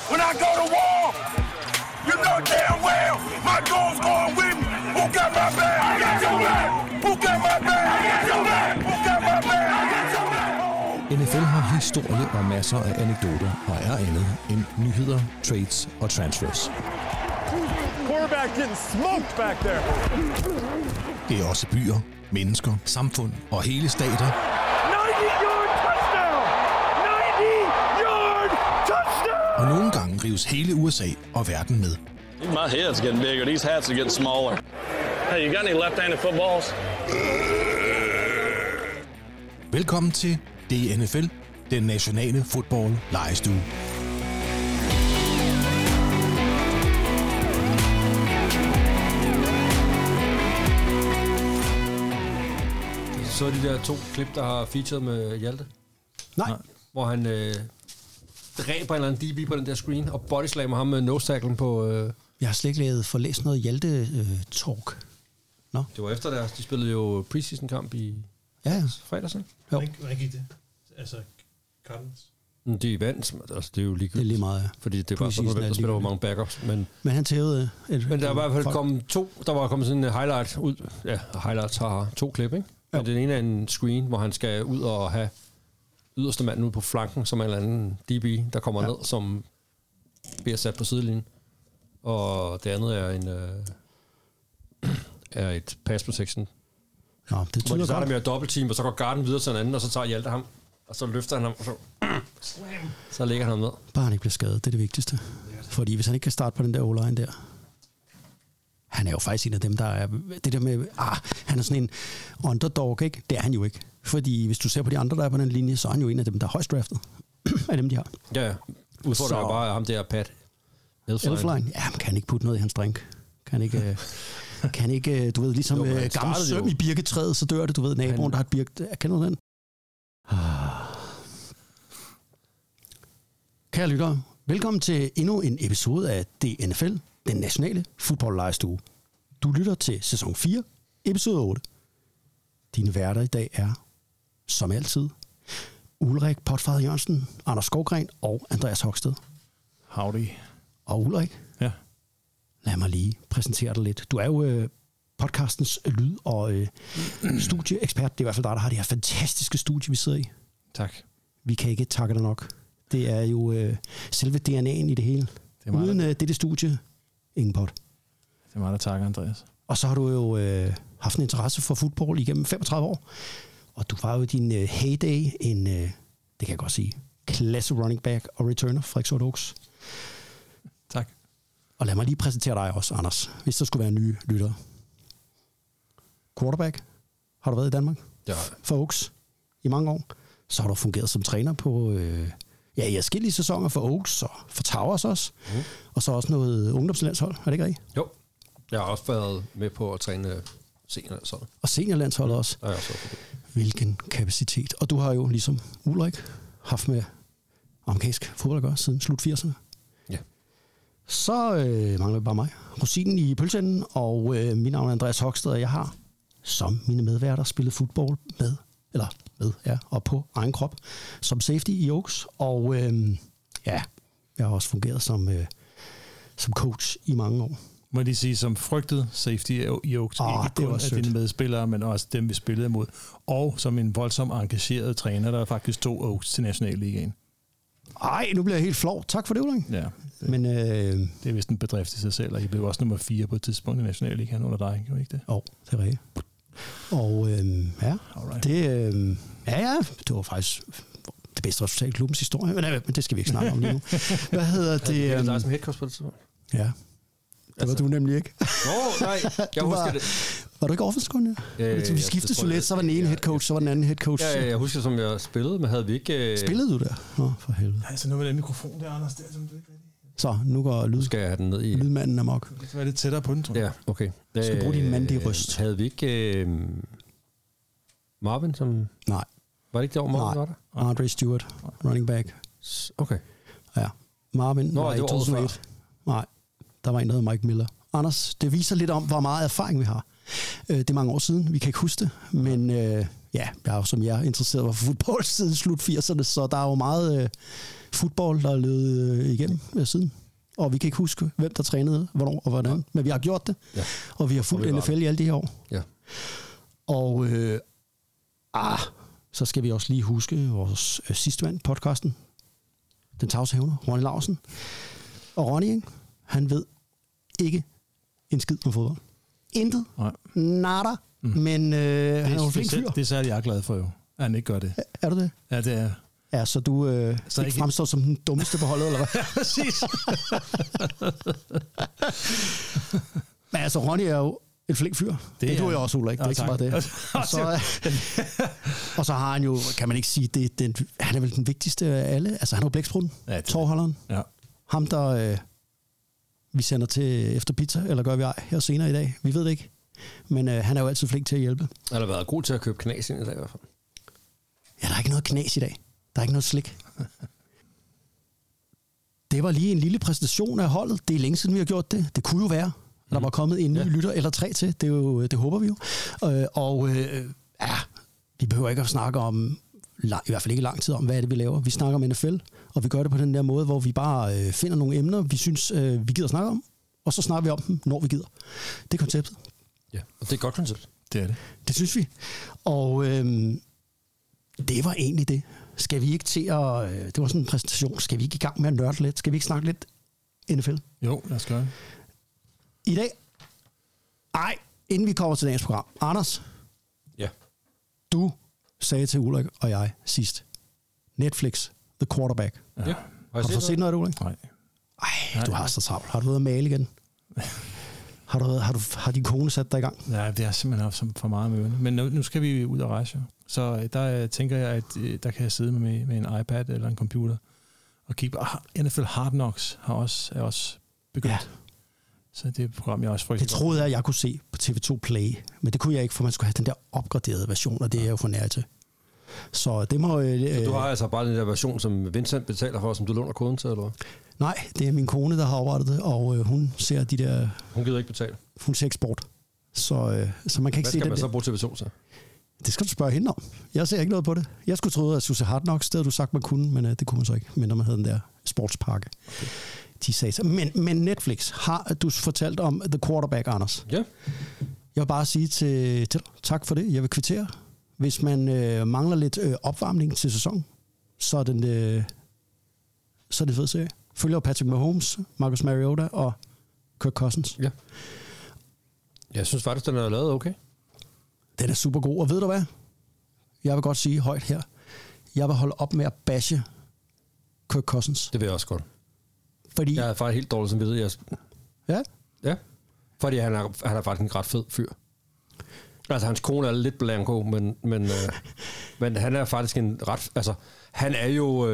when I go to war. You know damn well my goal's going with me. Who got my back? I got your back. Who got my back? I got your back. Who got my back? I got your back. NFL har historie og masser af anekdoter og er andet end nyheder, trades og transfers. Quarterback getting smoked back there. Det er også byer, mennesker, samfund og hele stater. 90-yard touchdown! 90-yard touchdown! Og nogle gange rives hele USA og verden med. My head's getting bigger. These hats are getting smaller. Hey, you got any left-handed footballs? Velkommen til DNFL, den nationale fodbold legestue. Så de der 2 klip, der har featured med Hjalte? Nej. Hvor han dræber en eller anden DB på den der screen, og bodyslammer ham med nose-tacklen på... Jeg har slet ikke læst noget Hjalte-talk. Det var efter deres. De spillede jo preseason-kamp i fredags, ikke? Jo. Hvordan gik det? Altså, Cardinals? De vandt, altså det er jo ligegyldigt. Det er lige meget, ja. Fordi det var sådan, der spiller jo mange backups. Men han tævede... Men der var i hvert fald kommet sådan en highlight ud. Ja, highlights har 2 klip, ikke? Ja. Men den ene er en screen, hvor han skal ud og have yderste manden ud på flanken, som en eller anden DB, der kommer ned, som bliver sat på sidelinjen. Og det andet er et pass protection. Ja, det hvor de starter godt. med at dobbeltteam, og så går guarden videre til en anden, og så tager Hjalte ham, og så løfter han ham, og så lægger han ham ned. Bare han ikke bliver skadet, det er det vigtigste. Fordi hvis han ikke kan starte på den der O-line der, han er jo faktisk en af dem, der er... Det der med... han er sådan en underdog, ikke? Det er han jo ikke. Fordi hvis du ser på de andre, der er på den linje, så er han jo en af dem, der er højst draftet. af dem, de har. Ja, udfordrer jo bare ham der, Pat Elfline. Ja, man kan ikke putte noget i hans drink. Kan ikke, du ved, ligesom gammel søm i birketræet, så dør det, du ved, naboen, der har et birket... Kender du den? Kære lyttere, velkommen til endnu en episode af DNFL, den nationale fodboldlegestue. Du lytter til sæson 4, episode 8. Dine værter i dag er, som altid, Ulrik Potfader Jørgensen, Anders Skovgren og Andreas Hoksted. Howdy. Og Ulrik, ja. Lad mig lige præsentere dig lidt. Du er jo podcastens lyd- og studieekspert. Det er i hvert fald dig, der har det her fantastiske studie, vi sidder i. Tak. Vi kan ikke takke dig nok. Det er jo selve DNA'en i det hele. Uden dette studie, ingen pot. Det er meget, der takker, Andreas. Og så har du jo haft en interesse for fodbold igennem 35 år. Og du var jo i din heyday en, det kan jeg godt sige, klasse running back og returner fra Exotic Oaks. Tak. Og lad mig lige præsentere dig også, Anders, hvis der skulle være nye lyttere. Quarterback har du været i Danmark for Oaks i mange år. Så har du fungeret som træner på i forskellige sæsoner for Oaks og for Towers også. Og så også noget ungdomslandshold, er det ikke rigtigt? Jo, jeg har også været med på at træne seniorlandsholdet. Og seniorlandsholdet også. Ja, så for det. Hvilken kapacitet. Og du har jo ligesom Ulrik haft med amerikansk fodbold at gøre siden slut 80'erne. Ja. Så mangler vi bare mig. Rosinen i pølseenden, og mit navn er Andreas Hoksted, og jeg har som mine medværter spillet fodbold og på egen krop som safety i Oaks. Og jeg har også fungeret som coach i mange år. Må jeg lige sige, som frygtet safety i Oaks, ikke kun af dine medspillere, men også dem, vi spillede imod, og som en voldsom engageret træner, der faktisk tog Oaks til Nationalligaen. Ej, nu bliver jeg helt flov. Tak for det, Ulrik. Ja. Men det er vist en bedrift i sig selv, og I blev også nummer 4 på et tidspunkt i Nationalligaen under dig, jo ikke det? Det er rigtigt. Og det var faktisk det bedste resultat i klubbens historie, men det skal vi ikke snakke om lige nu. Hvad hedder det? Det er dig som headcoach på det tidspunkt. Ja. Det var du nemlig ikke. Nej, jeg husker det. Var du ikke offensive? Vi skiftede så lidt, så var den ene headcoach, så var den anden headcoach. Ja, jeg husker, som jeg spillede, men havde vi ikke... Spillede du der? For helvede. Nej, så nu med den mikrofon der, Anders, der, som du ikke rigtig... Så, nu går skal jeg have den ned i... lydmanden amok. Du kan være lidt tættere på den, tror jeg. Ja, okay. Du skal bruge din mandige røst. Havde vi ikke Marvin, som... Nej. Var det ikke der, Marvin var der? Andre Stewart, running back. Okay. Ja. Marvin var i 2001. Nej, der var en, der hed Mike Miller. Anders, det viser lidt om, hvor meget erfaring vi har. Det er mange år siden, vi kan ikke huske det, men ja, jeg er jo som jeg er interesseret mig for fodbold siden slut 80'erne, så der er jo meget fodbold, der er løbet igennem siden. Og vi kan ikke huske, hvem der trænede, hvornår og hvordan. Men vi har gjort det, og vi har fulgt NFL i alle de her år. Ja. Og så skal vi også lige huske vores sidste mand, podcasten. Den tavse hævner, Ronny Larsen. Og Ronny, ikke? Han ved ikke en skid om fodbold. Intet. Nada. Men han er jo flink fyr. Det er særligt, jeg er glad for jo, at han ikke gør det. Er du det? Ja, det er. Ja, så du ikke fremstår som den dummeste på holdet, eller hvad? Ja, præcis. Men altså, Ronny er jo en flink fyr. Det er jo også, Ulrik. Det er ikke så meget det. Og så har han jo, kan man ikke sige, han er vel den vigtigste af alle. Altså, han er jo blæksprutten. Ja, tårholderen. Ja. Ham, der vi sender til efter pizza, eller gør vi ej her senere i dag. Vi ved det ikke. Men han er jo altid flink til at hjælpe. Han har været god til at købe knas ind i dag i hvert fald. Ja, der er ikke noget knas i dag. Der er ikke noget slik. Det var lige en lille præsentation af holdet. Det er længe siden, vi har gjort det. Det kunne jo være, der var kommet en ny lytter eller 3 til. Det håber vi jo. Vi behøver ikke at snakke om, i hvert fald ikke lang tid om, hvad er det, vi laver. Vi snakker om NFL, og vi gør det på den der måde, hvor vi bare finder nogle emner, vi synes, vi gider snakke om, og så snakker vi om dem, når vi gider. Det er konceptet. Ja, og det er et godt koncept. Det er det. Det synes vi. Og det var egentlig det. Skal vi ikke til at... det var sådan en præsentation. Skal vi ikke i gang med at nørde lidt? Skal vi ikke snakke lidt NFL? Jo, lad os gøre det. I dag... inden vi kommer til dagens program. Anders. Ja. Du sagde til Ulrik og jeg sidst. Netflix, The Quarterback. Ja. Har du set noget af det, Ulrik? Nej. Du har så travlt. Har du været at male igen? Har din kone sat dig i gang? Nej, det er simpelthen for meget med ørene. Men nu skal vi ud og rejse. Så der tænker jeg, at der kan jeg sidde med en iPad eller en computer og kigge på. NFL Hard Knocks er også begyndt. Ja. Så det er et program, jeg også frygter. Det troede jeg kunne se på TV2 Play. Men det kunne jeg ikke, for man skulle have den der opgraderede version, og det er jeg jo for nær til. Så det må... så du har altså bare den der version, som Vincent betaler for, som du låner koden til, eller hvad? Nej, det er min kone, der har oprettet det, og hun ser de der... Hun gider ikke betale? Hun ser eksport. Så man kan ikke se det. Hvad skal man så bruge TV2 så? Det skal du spørge hende om. Jeg ser ikke noget på det. Jeg skulle tro, at du ser Hard Knocks, det havde du sagt, man kunne, men det kunne man så ikke, mindre man havde den der sportspakke. Okay. De sagde så. Men Netflix har du fortalt om The Quarterback, Anders. Ja. Jeg vil bare sige til dig, tak for det. Jeg vil kvittere. Hvis man mangler lidt opvarmning til sæson, så er det fed serie. Følger Patrick Mahomes, Marcus Mariota og Kirk Cousins. Ja. Jeg synes faktisk, den er lavet okay. Den er super god, og ved du hvad? Jeg vil godt sige højt her. Jeg vil holde op med at bashe Kirk Cousins. Det vil jeg også godt. Fordi... Jeg er faktisk helt dårlig, som vi ved. Ja? Ja. Fordi han er faktisk en ret fed fyr. Altså, hans kone er lidt blanko, men han er faktisk en ret... Altså, han er jo...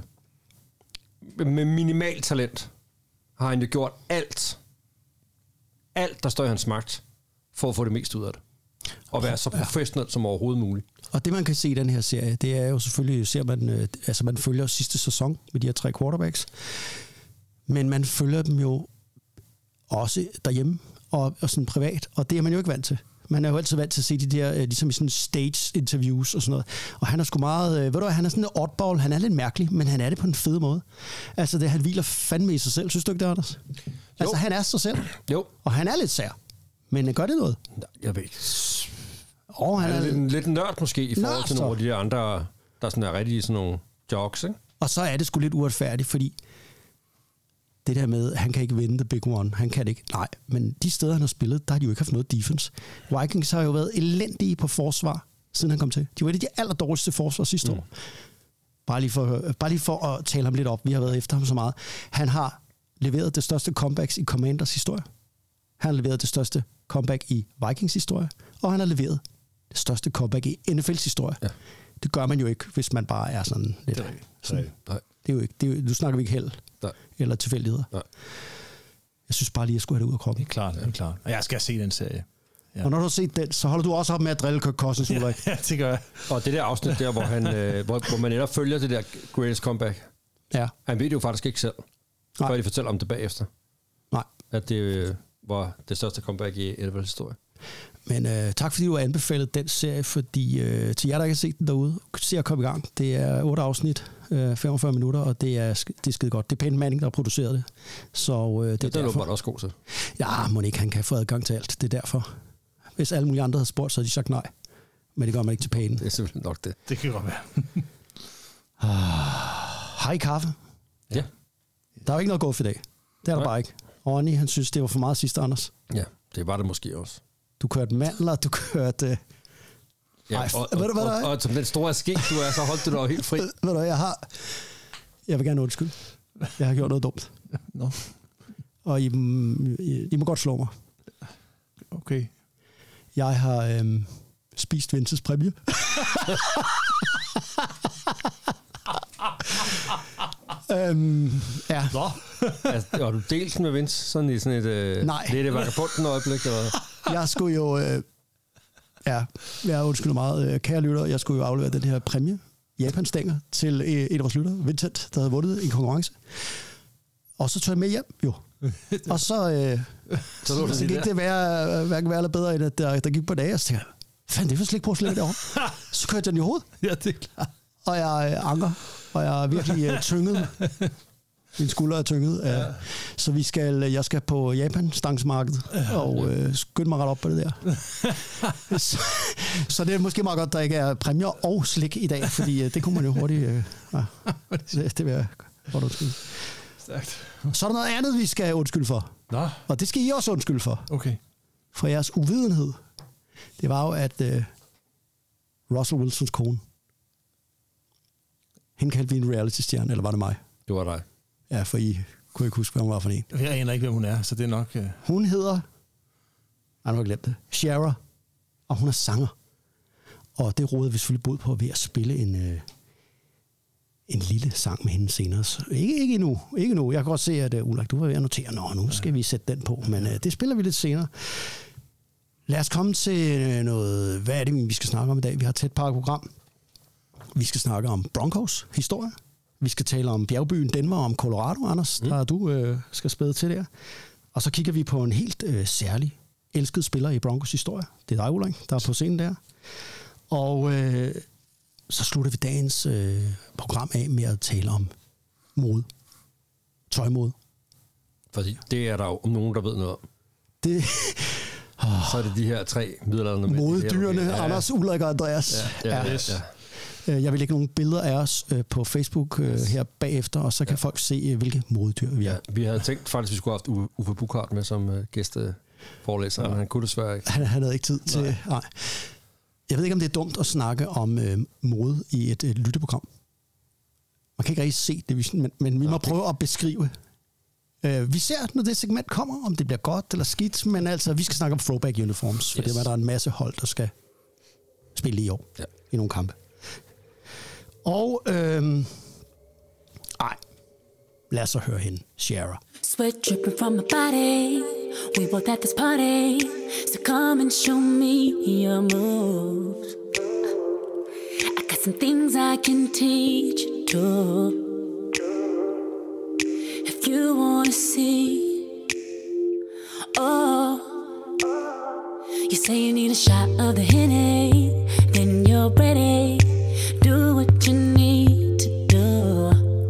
med minimal talent har han jo gjort alt, der står i hans magt, for at få det mest ud af det. Og være så professionel som overhovedet muligt. Og det, man kan se i den her serie, det er jo selvfølgelig, ser man, man følger sidste sæson med de her 3 quarterbacks, men man følger dem jo også derhjemme og sådan privat, og det er man jo ikke vant til. Man er jo altid vant til at se de der, ligesom i sådan stage-interviews og sådan noget. Og han er sgu meget, ved du hvad, han er sådan en oddball, han er lidt mærkelig, men han er det på en fed måde. Altså, han hviler fandme i sig selv, synes du ikke det, Anders? Altså, han er sig selv. Jo. Og han er lidt sær. Men gør det noget? Jeg ved ikke. Han er lidt nørd måske, i forhold til nogle af de andre, der sådan er rigtig sådan nogle jokes, ikke? Og så er det sgu lidt uretfærdigt, fordi det der med, han kan ikke vinde the big one, han kan det ikke. Nej, men de steder, han har spillet, der har de jo ikke haft noget defense. Vikings har jo været elendige på forsvar, siden han kom til. De var et af de allerdårligste forsvar sidste år. Bare lige for at tale ham lidt op. Vi har været efter ham så meget. Han har leveret det største comebacks i Commanders historie. Han har leveret det største comeback i Vikings historie. Og han har leveret det største comeback i NFL's historie. Ja. Det gør man jo ikke, hvis man bare er sådan lidt... Nej. Det er jo ikke... Nu snakker vi ikke held. Nej. Eller tilfældigheder. Nej. Jeg synes bare lige, at jeg skulle have det ud af kroppen. Det er klart. Og jeg skal se den serie. Ja. Og når du har set den, så holder du også op med at drille Kirk Cousins, Ulrik. Ja, det gør jeg. Og det der afsnit der, hvor han, hvor man netop følger det der greatest comeback. Ja. Han ved det jo faktisk ikke selv. Før de fortæller om det bagefter. Nej. At det var det største comeback i NFL's historie. Men tak fordi du har anbefalet den serie, fordi til jer, der ikke har set den derude, se at komme i gang. Det er 8 afsnit, 45 minutter, og det er skide godt. Det er Peyton Manning, der har produceret det. Så det er derfor. Det også god til. Ja, Monique, han kan få adgang til alt. Det er derfor. Hvis alle mulige andre havde spurgt, så havde de sagt nej. Men det gør man ikke til Peyton. Det er simpelthen nok det. Det kan godt være. Har I kaffe? Ja. Der er jo ikke noget gået for i dag. Det er der bare ikke. Ronny, han synes, det var for meget sidste, Anders. Ja, det var det måske også. Du kørte mandler, du kørte... Ja, og som den store skæg, du er, så holdt du dig helt fri. Ved du, jeg vil gerne undskylde. Jeg har gjort noget dumt. No. Og I må godt slå mig. Okay. Jeg har spist Vinces præmie. Ja. Nå. Altså, har du delt den med Vince? Sådan i sådan et... Nej. Det er det vagabunden øjeblik, eller? Jeg skulle jo... jeg undskylder meget, kære lytter. Jeg skulle jo aflevere den her præmie, Japan-stænger, til en af vores lyttere, Vincent, der havde vundet en konkurrence. Og så tog jeg med hjem, jo. Og så gik det hverken værre eller bedre, end at der gik på dage, og så tænkte jeg, fanden, det er for slik på slet derovre. Så kørte jeg den i hovedet. Ja, det er klart. Og jeg anker, og jeg er virkelig tynget. Min skulder er tynget. Ja. Så jeg skal på Japan-stangsmarkedet og skynde mig ret op på det der. så det er måske meget godt, der ikke er præmier og slik i dag, fordi det kunne man jo hurtigt... det vil jeg godt undskylde. Stærkt. Så er der noget andet, vi skal undskylde for. Nå. Og det skal I også undskylde for. Okay. For jeres uvidenhed. Det var jo, at Russell Wilsons kone, hende kaldte vi en reality-stjerne, eller var det mig? Det var dig. Ja, for I kunne ikke huske, hvad hun var for en. Jeg aner ikke, hvem hun er, så det er nok... Hun hedder... Jeg har glemt det. Ciara. Og hun er sanger. Og det råder vi selvfølgelig bod på ved at spille en lille sang med hende senere. Så ikke endnu. Jeg kan godt se, at Ulrik, du var ved at notere, nu skal vi sætte den på. Men det spiller vi lidt senere. Lad os komme til noget... Hvad er det, vi skal snakke om i dag? Vi har et tæt program. Vi skal snakke om Broncos historie. Vi skal tale om bjergbyen Denver, om Colorado, Anders, der du skal spæde til der. Og så kigger vi på en helt særlig elsket spiller i Broncos historie. Det er dig, Ulrik, der er på scenen der. Og så slutter vi dagens program af med at tale om mode. Tøjmode. Fordi det er der jo nogen, der ved noget om. Det... Så er det de her 3 middelaldrende mænd. Modedyrene, Anders, Ulrik og Andreas. Ja. Jeg vil lægge nogle billeder af os på Facebook her bagefter, og så kan folk se, hvilke modedyr vi er. Ja, vi havde tænkt faktisk, at vi skulle have haft Uffe Buchhardt med som gæsteforelæser, men han kunne desværre ikke. Han havde ikke tid til... Nej. Jeg ved ikke, om det er dumt at snakke om mode i et lytteprogram. Man kan ikke rigtig se det, men vi må prøve at beskrive. Vi ser, når det segment kommer, om det bliver godt eller skidt, men altså, vi skal snakke om throwback uniforms, for det var der en masse hold, der skal spille i år i nogle kampe. Og lad os så høre hende, Ciara. Sweat dripping from my body. We both at this party. So come and show me your moves. I got some things I can teach you too. If you wanna see. Oh, you say you need a shot of the Henny. Then you're ready. Do what you need to do.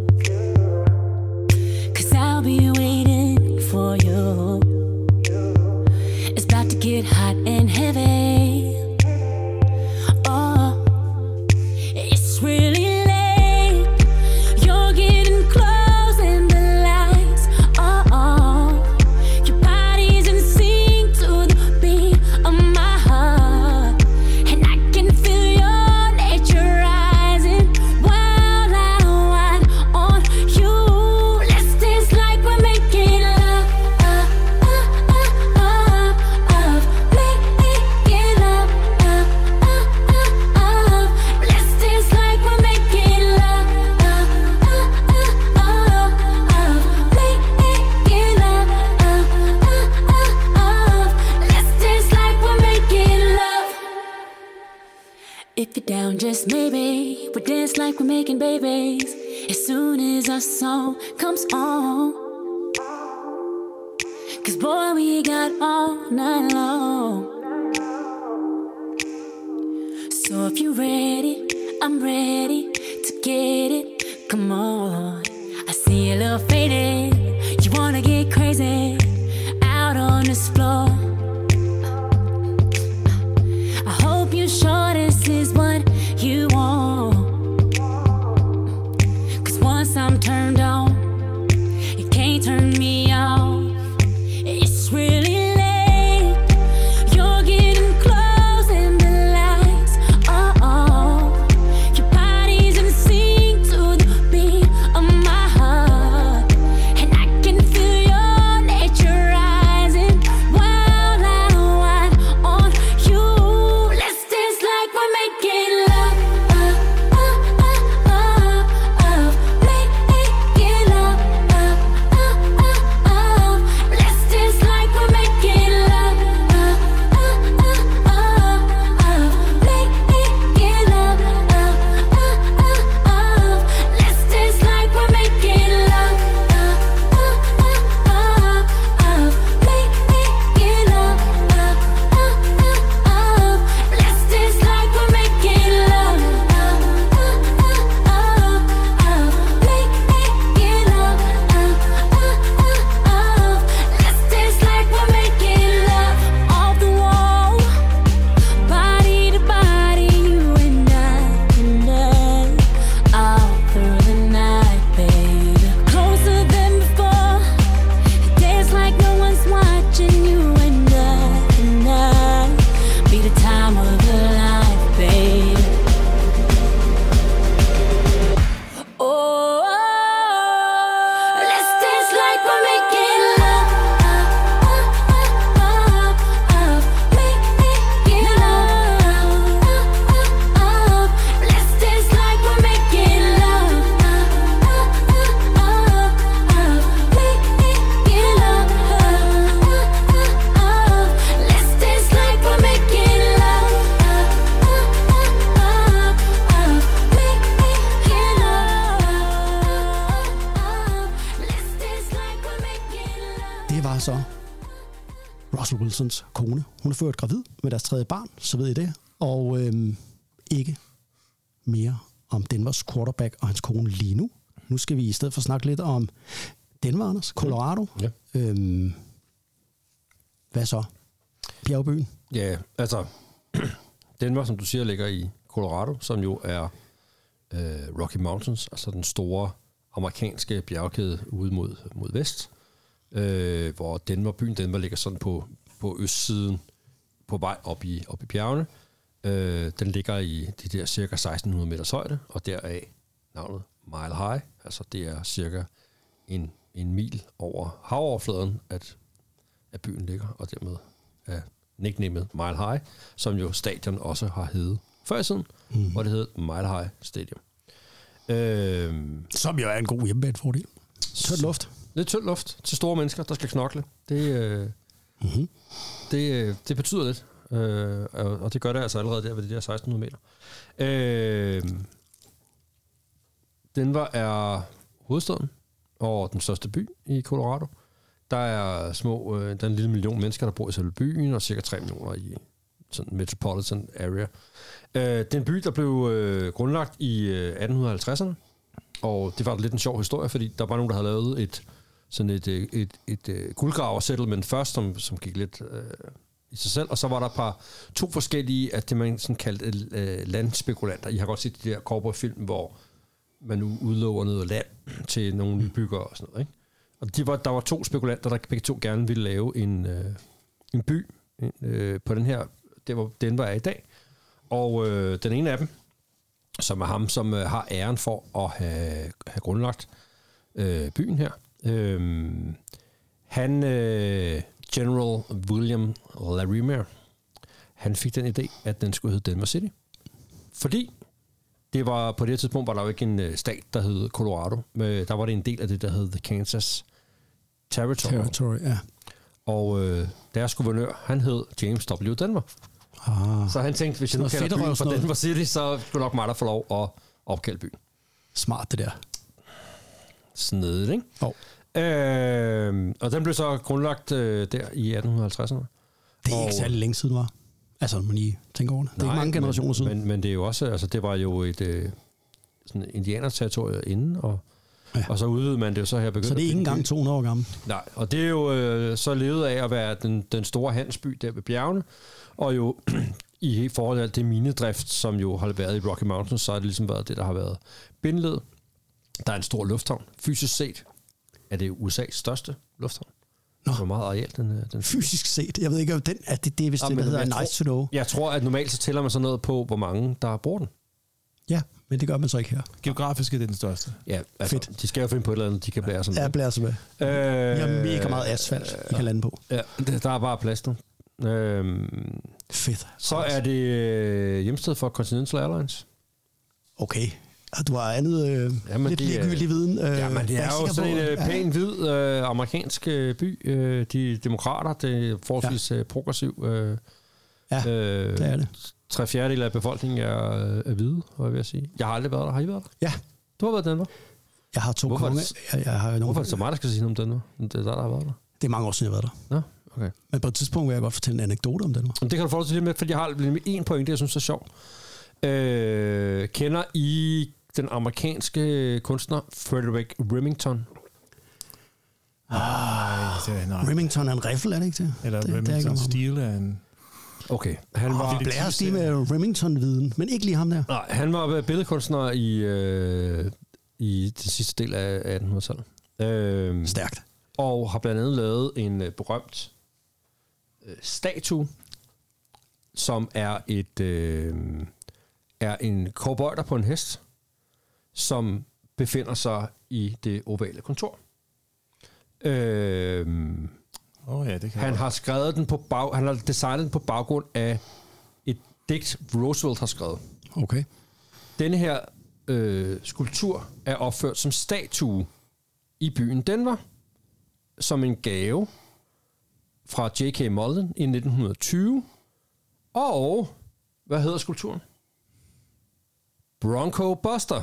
'Cause I'll be waiting for you. It's about to get hot and heavy. Oh, it's really late. You're getting close and the lights are off. Your body's in sync to the beat of my heart. And I can feel your nature rising wild and wide on you. Let's dance like we're making love, making love, let's dance like we're making love, making love, let's dance like we're making love. If you're down, just maybe we'll dance like we're making babies as soon as our song comes on. 'Cause boy, we got all night long. So if you're ready, I'm ready to get it. Come on, I see a little faded. You wanna get crazy out on this floor. I hope you're sure this is what you want. 'Cause once I'm turned on, you can't turn me off. It's really late. You're getting close and the lights are off. Your body's in sync to the beat of my heart, and I can feel your nature rising wild and wide on you. Let's dance like we're making love, making love, let's dance like we're making love, making love, let's dance like we're making love, making love, let's dance like we're making love, making love, let's dance like we're making love. Off the wall, body to body, you and I, all through the night, baby. Closer than before, dance like no one's watching, you and I, be the time of your life, baby. Oh, let's dance like we're making love, making love, let's dance like we're making love, making love, let's dance like we're making love, making love, let's dance like we're making love. Det var så Russell Wilsons kone. Hun er født gravid med deres 3. barn, så ved I det. Og ikke mere om Denvers quarterback og hans kone lige nu. Nu skal vi i stedet for snakke lidt om Denver, Anders, Colorado. Ja. Hvad så? Bjergbyen. Ja, altså, Denver, som du siger, ligger i Colorado, som jo er Rocky Mountains, altså den store amerikanske bjergkæde ude mod vest, hvor byen Denver ligger sådan på østsiden, på vej op i bjergene. Den ligger i de der cirka 1600 meters højde, og deraf navnet Mile High. Altså det er cirka en mil over havoverfladen, at byen ligger, og dermed er nicknamet Mile High, som jo stadion også har heddet før i tiden, hvor det hed Mile High Stadium. Som jo er en god hjemmebanefordel. Tørt luft. Lidt tørt luft til store mennesker, der skal knokle. Det betyder lidt. Og det gør det altså allerede der ved de der 1600 meter. Denver er hovedstaden og den største by i Colorado. Der er der er en lille million mennesker, der bor i selve byen, og cirka 3 millioner i sådan metropolitan area. Det er en by, der blev grundlagt i 1850'erne, og det var lidt en sjov historie, fordi der var nogen, der havde lavet et guldgraver-settlement først, som gik lidt i sig selv, og så var der to forskellige, at det man sådan kaldte landspekulanter. I har godt set de der cowboy-film, hvor man nu udlover noget land til nogle nybyggere og sådan noget, ikke? Og der var 2 spekulanter, der begge to gerne ville lave en by på den her, det var Denver er i dag. Og den ene af dem, som er ham, som har æren for at have grundlagt byen her, han, General William Larimer, han fik den idé, at den skulle hedde Denver City. Fordi det var på det tidspunkt, var der jo ikke en stat, der hed Colorado. Der var det en del af det, der hed The Kansas Territory, ja. Og deres guvernør, han hed James W. Denver. Så han tænkte, hvis jeg nu kalder byen for Denver City, så skulle nok mig, der få lov at opkalde byen. Smart det der. Snedigt, ikke? Oh. Og den blev så grundlagt der i 1850'erne. Det er ikke særlig længe siden, var. Altså, når man lige tænker over det. Det er ikke mange generationer siden. Men det er jo også, altså det var jo et sådan indianerterritorie inden, og så udvidede man det jo så her begyndt. Så det er ikke engang 200 år gammel? Nej, og det er jo så levet af at være den store handelsby der ved bjergene, og jo i forhold til alt det minedrift, som jo har været i Rocky Mountains, så har det ligesom været det, der har været bindeled. Der er en stor lufthavn. Fysisk set er det USA's største lufthavn. Hvor meget areal den fysisk set? Jeg ved ikke, om det er vist det, der hedder nice to know. Jeg tror, at normalt så tæller man sådan noget på, hvor mange der bruger den. Ja, men det gør man så ikke her. Geografisk er det den største. Ja, altså, fedt. De skal jo finde på et eller andet, de kan blære sig med. Ja, blære sig med. Vi har mega meget asfalt, vi kan lande på. Ja, der er bare plads nu. Fedt. Så er det hjemsted for Continental Airlines. Okay. Du har andet lidt ligegyldig viden. Jamen, det er jo sådan en pæn, hvid amerikansk by. De demokrater, det er forholdsvis progressiv. Det er det. 3/4 af befolkningen er hvide, hvad vil jeg sige. Jeg har aldrig været der. Har I været der? Ja. Du har været i Danmark? Jeg har 2 konge. Hvorfor er det så meget, der skal sige noget om Danmark? Det er der har været der. Det er mange år siden, jeg har været der. Nå, okay. Men på et tidspunkt vil jeg godt fortælle en anekdote om Danmark. Det kan du forholde til lidt med, for jeg har en pointe, jeg synes er sjov. Kender I den amerikanske kunstner Frederick Remington? Nej. Remington er en riffel, er det ikke det? Eller Remington Steel er en... Okay. Han var... Vi blærer os lige med Remington-viden, men ikke lige ham der. Nej, han var billedkunstner i den sidste del af 1800-tallet. Stærkt. Og har blandt andet lavet en berømt statue, som er en cowboy på en hest, som befinder sig i det ovale kontor. Han har skrevet den han har designet den på baggrund af et digt, Roosevelt har skrevet. Okay. Denne her skulptur er opført som statue i byen Denver, som en gave fra J.K. Mullen i 1920. Og hvad hedder skulpturen? Bronco Buster.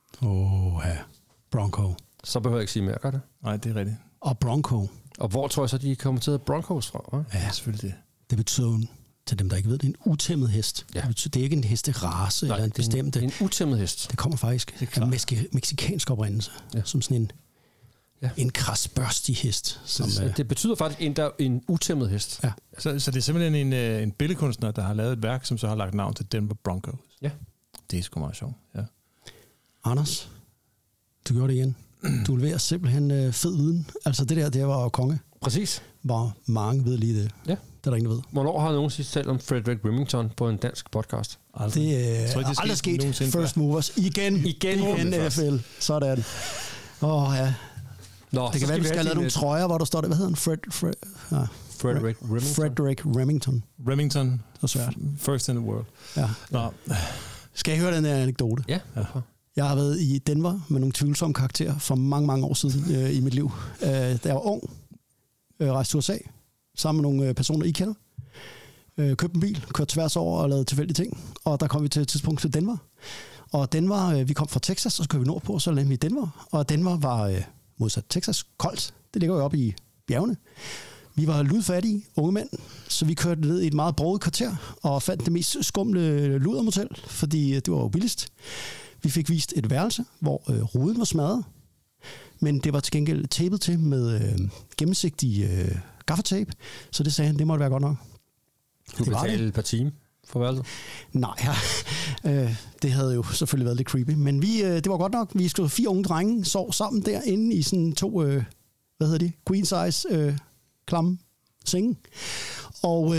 Ja. Bronco. Så behøver jeg ikke sige mere, gør det? Nej, det er rigtigt. Og Bronco. Og hvor tror jeg så, de kommer til at Broncos fra? Ja, selvfølgelig det. Det betyder, til dem, der ikke ved det, en utæmmet hest. Ja. Det er ikke en hesterace eller en bestemt. Det er en utæmmet hest. Det kommer faktisk af mexikansk oprindelse. Ja. Som sådan en krasbørstig hest. Som, det betyder faktisk en utæmmet hest. Ja. Så det er simpelthen en billedkunstner, der har lavet et værk, som så har lagt navn til Denver Broncos. Ja. Det er sgu meget sjovt, ja. Anders, du gjorde det igen. Du leverer simpelthen fed viden. Altså det var konge. Præcis. Hvor mange ved lige det. Ja. Det er der ingen, der ved. Hvornår har nogen sidst talt om Frederick Remington på en dansk podcast? Det er aldrig sket. First movers. Igen NFL. Sådan. Ja. Nå, det kan være, vi skal have lavet nogle trøjer, hvor der står det. Hvad hedder han? Frederick Remington. Frederick Remington. Remington. Så svært. First in the world. Ja. Nå. Skal jeg høre den her anekdote? Ja. Jeg har været i Denver med nogle tvivlsomme karakterer for mange, mange år siden i mit liv. Da jeg var ung, rejste til USA sammen med nogle personer, I kender. Købte en bil, kørte tværs over og lavede tilfældige ting. Og der kom vi til et tidspunkt til Denver. Og Denver, vi kom fra Texas, og så kørte vi nordpå, og så landede vi i Denver. Og Denver var modsat Texas koldt. Det ligger jo oppe i bjergene. Vi var ludfattige unge mænd, så vi kørte ned i et meget broget kvarter og fandt det mest skumle ludermotel, fordi det var jo billigst. Vi fik vist et værelse, hvor ruden var smadret, men det var til gengæld tapet til med gennemsigtig gaffatape, så det sagde han, det måtte være godt nok. Du betalte et par timer for værelset? Nej, det havde jo selvfølgelig været lidt creepy, men det var godt nok. Vi skulle 4 unge drenge sov sammen derinde i sådan 2, queen size klamme senge. Og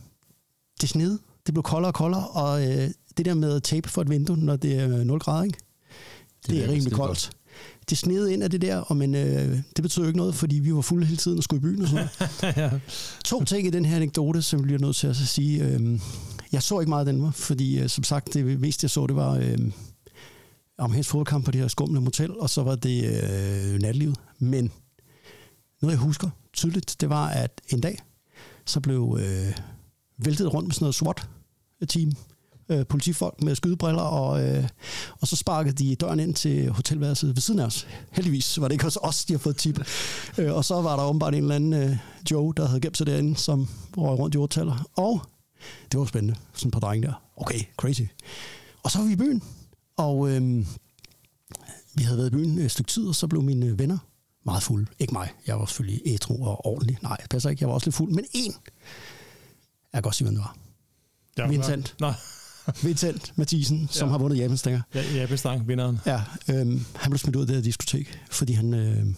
det snede, det blev koldere og koldere, og det der med tape for et vindue, når det er 0 grader, ikke? Det er rimelig koldt. Det snede ind af det der, og men det betød jo ikke noget, fordi vi var fulde hele tiden og skulle i byen og sådan noget. Ja. 2 ting i den her anekdote, som vi bliver nødt til at sige. Jeg så ikke meget af den, fordi som sagt, det meste jeg så, det var amerikansk fodboldkamp på det her skumle motel, og så var det natlivet. Men noget jeg husker tydeligt, det var, at en dag, så blev væltet rundt med sådan noget SWAT-team, politifolk med skydebriller, og så sparkede de døren ind til hotelværelset ved siden af os. Heldigvis var det ikke hos os, de har fået tip. Og så var der åbenbart en eller anden Joe, der havde gemt sig derinde, som røg rundt i hoteller. Og Det var spændende. Sådan et par drenge der. Okay, crazy. Og så var vi i byen, og vi havde været i byen et stykke tid, og så blev mine venner meget fulde. Ikke mig. Jeg var selvfølgelig ædru og ordentlig. Nej, det passer ikke. Jeg var også lidt fuld. Men en, jeg kan godt sige, hvem det var. Vincent Mathisen, som har vundet Japanstænger. Ja, bestang vinderen. Ja, han blev smidt ud af det her diskotek, fordi han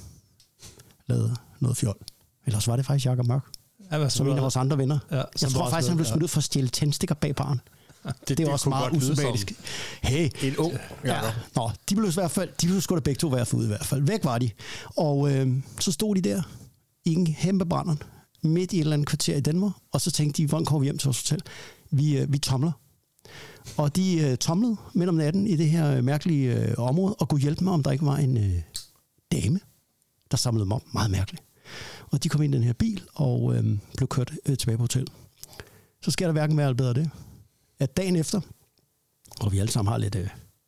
lavede noget fjol. Ellers var det faktisk Jakob Mørk, som en af vores andre venner. Ja, jeg tror faktisk, han blev smidt ud for at stjæle tændstikker bag baren. Det er også meget usympatisk. Hey. En ung. Ja. Nå, de blev i hvert fald, de blev sgu da begge to være ude i hvert fald. Væk var de. Og så stod de der i en kæmpe brænderen midt i et eller andet kvarter i Danmark, og så tænkte de, hvordan kommer vi hjem til vores hotel? Vi tomler. Og de tomlede midt om natten i det her mærkelige område, og kunne hjælpe mig, om der ikke var en dame, der samlede dem op. Meget mærkeligt. Og de kom ind i den her bil, og blev kørt tilbage på hotel. Så skal der hverken være bedre det, at dagen efter, og vi alle sammen har lidt...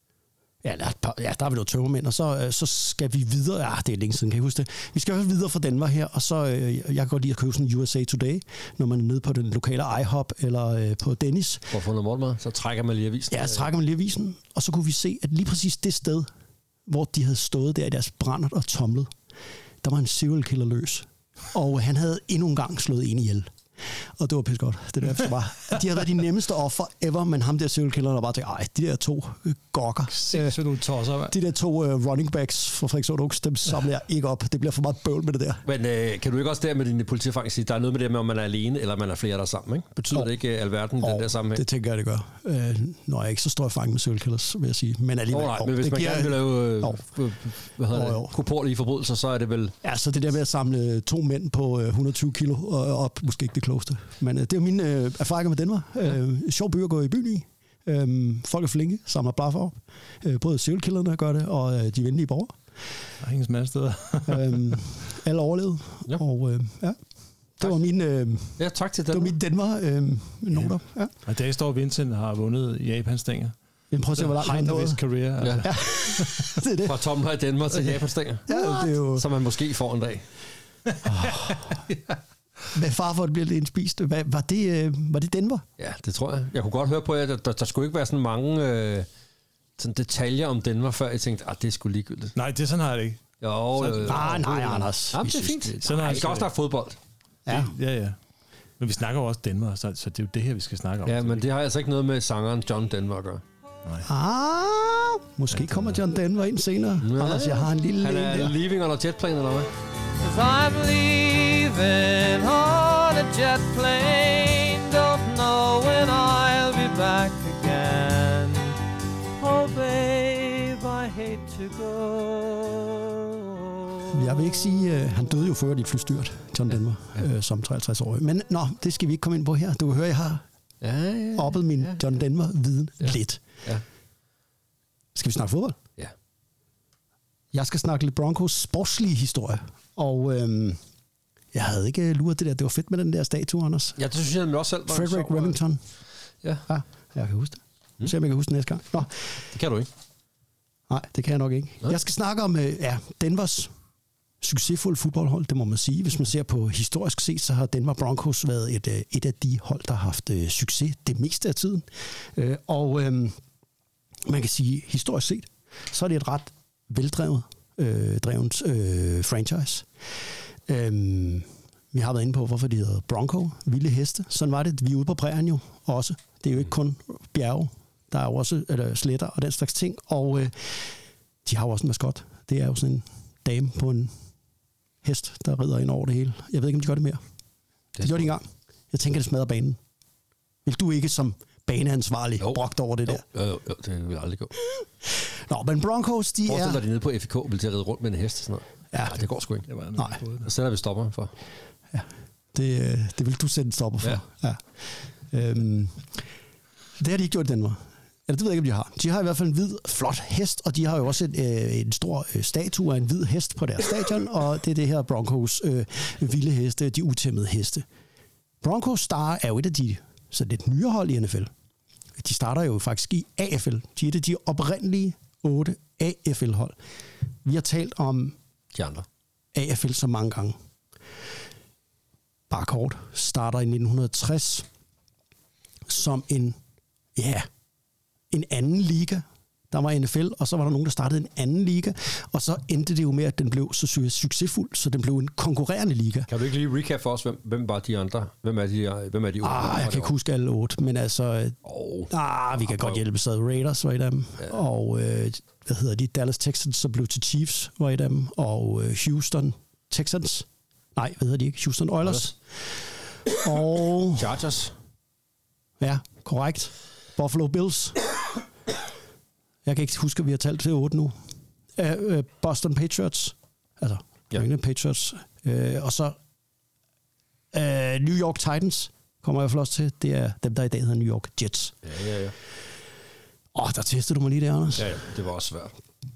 der har vi noget tømmermænd, og så skal vi videre. Ja, det er længe siden, kan I huske det? Vi skal videre fra Denver her, og så... jeg kan godt lide at købe sådan USA Today, når man er nede på den lokale IHOP, eller på Dennis. For at få noget morgenmad, så trækker man lige avisen. Ja, så trækker man lige avisen, og så kunne vi se, at lige præcis det sted, hvor de havde stået der i deres brændert og tomlet, der var en serial killer løs. Og han havde endnu en gang slået en ihjel. Og det var pisse godt. Det der var. De havde været de nemmeste offer ever, men ham der serial killer, der bare tænkte, de der to gokker. Så du tosser, de der to running backs fra Frederikshund, dem samler jeg ikke op. Det bliver for meget bøvl med det der. Men kan du ikke også der med dine politierfaring sige, der er noget med det med, om man er alene, eller man er flere, der er sammen, ikke? Betyder det ikke alverden, den der sammenhæng? Det tænker jeg, det gør. Når jeg ikke så stor erfaring med serial killers, vil jeg sige. Men alligevel. Men hvis man gerne vil lave korporlige forbrydelser, så er det vel... Ja, så det der med at samle 2 mænd på 120 kilo op, måske ikke det klogeste. Men det er mine erfaringer med Denver. Sjov by at gå i byen i. Folk er flinke, samler blaffer op. Både serial-killerne gør det, og de venlige borgere. Der er ingen smalle steder. Alle overlevede. Ja. Og det var min... tak til det var min Denver-noter. Ja. Og der står Vincent har vundet Japan-stænger. Men prøv at se, hvor langt han nåede. Career. Altså. Ja. Det er det. Fra Tom i Denver til Japan-stænger. Ja, det er jo... Som man måske får en dag. Hvad far for, det bliver lidt indspist? Var det Denver? Ja, det tror jeg. Jeg kunne godt høre på, at der skulle ikke være sådan mange sådan detaljer om Denver, før jeg tænkte, det er sgu ligegyldigt. Nej, det sådan har jeg det ikke. Nej, Anders. Jamen, det er fint. Vi skal også snakke fodbold. Ja. Men vi snakker jo også Denver, så det er jo det her, vi skal snakke om. Ja, men det har altså ikke noget med sangeren John Denver at gøre. Nej. Måske kommer John Denver ind senere. Ja. Anders, jeg har en lille... Han er leaving on a jetplane, eller hvad? I'm leaving on a jet plane. Don't know when I'll be back again. Oh babe, I hate to go. Jeg vil ikke sige, han døde jo før i et flystyrt, John Denver, som 53-årig. Men det skal vi ikke komme ind på her. Du kan høre, jeg har oppet min John Denver-viden lidt. Ja. Skal vi snakke fodbold? Ja. Jeg skal snakke lidt Broncos sportslige historie. Og jeg havde ikke luret det der. Det var fedt med den der statue, Anders. Ja, det synes jeg også selv var Frederick Remington. Ja. Jeg kan huske det. Nu ser jeg, om jeg kan huske det næste gang. Nå. Det kan du ikke. Nej, det kan jeg nok ikke. Jeg skal snakke om Denvers succesfulde fodboldhold, det må man sige. Hvis man ser på historisk set, så har Denver Broncos været et af de hold, der har haft succes det meste af tiden. Og man kan sige, historisk set, så er det et ret veldrevet franchise. Vi har været inde på, hvorfor de hedder Bronco, vilde heste. Sådan var det. Vi er ude på prærien jo også. Det er jo ikke kun bjerge. Der er jo også sletter og den slags ting. Og de har jo også en maskot. Det er jo sådan en dame på en hest, der rider ind over det hele. Jeg ved ikke, om de gør det mere. Det gjorde de engang. Jeg tænker, det smadrer banen. Vil du ikke som baneansvarlig brogt over det der? Jo, det vil aldrig gå. Nå, men Broncos, de Forestil dig, de nede på FK vil til at ride rundt med en hest og sådan noget. Ja, det går sgu ikke. Nej. Så sætter vi stopper for. Ja, det vil du sætte en stopper for. Ja. Det har de ikke gjort i Denver. Eller det ved jeg ikke, om de har. De har i hvert fald en hvid, flot hest, og de har jo også en stor statue af en hvid hest på deres stadion, og det er det her Broncos vilde heste, de utæmmede heste. Broncos Star er jo et af de så lidt nyere hold i NFL. De starter jo faktisk i AFL. De er et af de oprindelige 8 AFL-hold. Vi har talt om de andre AFL så mange gange. Bare kort. Starter i 1960. som en anden liga. Der var NFL, og så var der nogen, der startede en anden liga, og så endte det jo med, at den blev så succesfuld, så den blev en konkurrerende liga. Kan du ikke lige recap for os, hvem var de andre? Hvem er de 8? Jeg kan ikke huske alle 8, men altså... vi kan godt hjælpe sig. Raiders var et af dem, og Dallas Texans, så blev til Chiefs, var et af dem, og Houston Texans. Nej, hvad hedder de ikke? Houston Oilers. Og... Chargers. Ja, korrekt. Buffalo Bills. Jeg kan ikke huske, at vi har talt til 8 nu. Boston Patriots. Altså, Patriots. Og så New York Titans kommer jeg også til. Det er dem, der i dag hedder New York Jets. Ja. Der testede du mig lige der, Anders. Ja, det var også svært.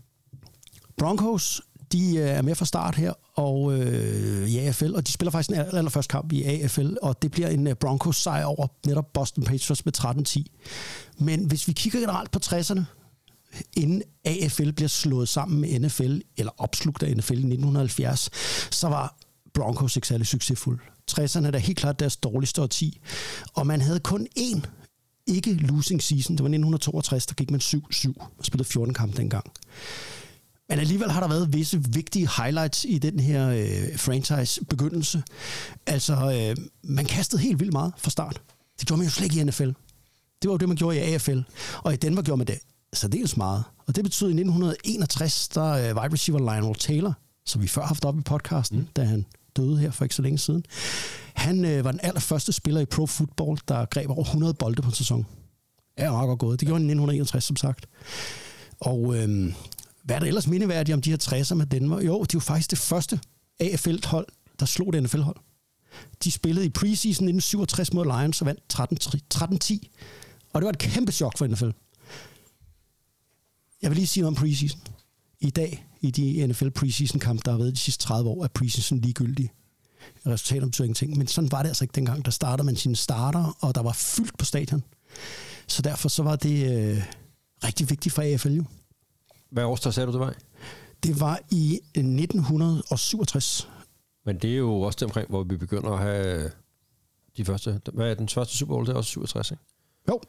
Broncos, de er med fra start her, og i AFL, og de spiller faktisk en allerførste kamp i AFL, og det bliver en Broncos sejr over netop Boston Patriots med 13-10. Men hvis vi kigger generelt på 60'erne, inden AFL bliver slået sammen med NFL, eller opslugt af NFL i 1970, så var Broncos ikke særlig succesfuld. 60'erne er da helt klart deres dårligste årti, og man havde kun én ikke-losing season. Det var 1962, der gik man 7-7 og spillede 14 kampe dengang. Men alligevel har der været visse vigtige highlights i den her franchise-begyndelse. Altså, man kastede helt vildt meget fra start. Det gjorde man jo slet ikke i NFL. Det var jo det, man gjorde i AFL. Og i Denver gjorde man det særdeles meget. Og det betød i 1961, der wide receiver Lionel Taylor, som vi før har haft op i podcasten, da han døde her for ikke så længe siden. Han var den allerførste spiller i pro football, der greb over 100 bolde på en sæson. Ja, meget godt gået. Det gjorde han i 1961, som sagt. Og hvad er der ellers mindeværdigt om de her 60'er med Denver? Jo, de var faktisk det første AFL-hold, der slog det NFL-hold. De spillede i preseason 1967 mod Lions og vandt 13-10. Og det var et kæmpe chok for NFL. Jeg vil lige sige noget om preseason. I dag, i de NFL preseason-kampe, der har været de sidste 30 år, er preseason ligegyldig. Resultater betyder ingenting. Men sådan var det altså ikke dengang. Der startede man sine starter, og der var fyldt på stadion. Så derfor så var det rigtig vigtigt for AFL jo. Hvad årstal sagde du, det var? Det var i 1967. Men det er jo også omkring, hvor vi begynder at have de første... Hvad er den første Super Bowl? Det er også 67, ikke? Jo.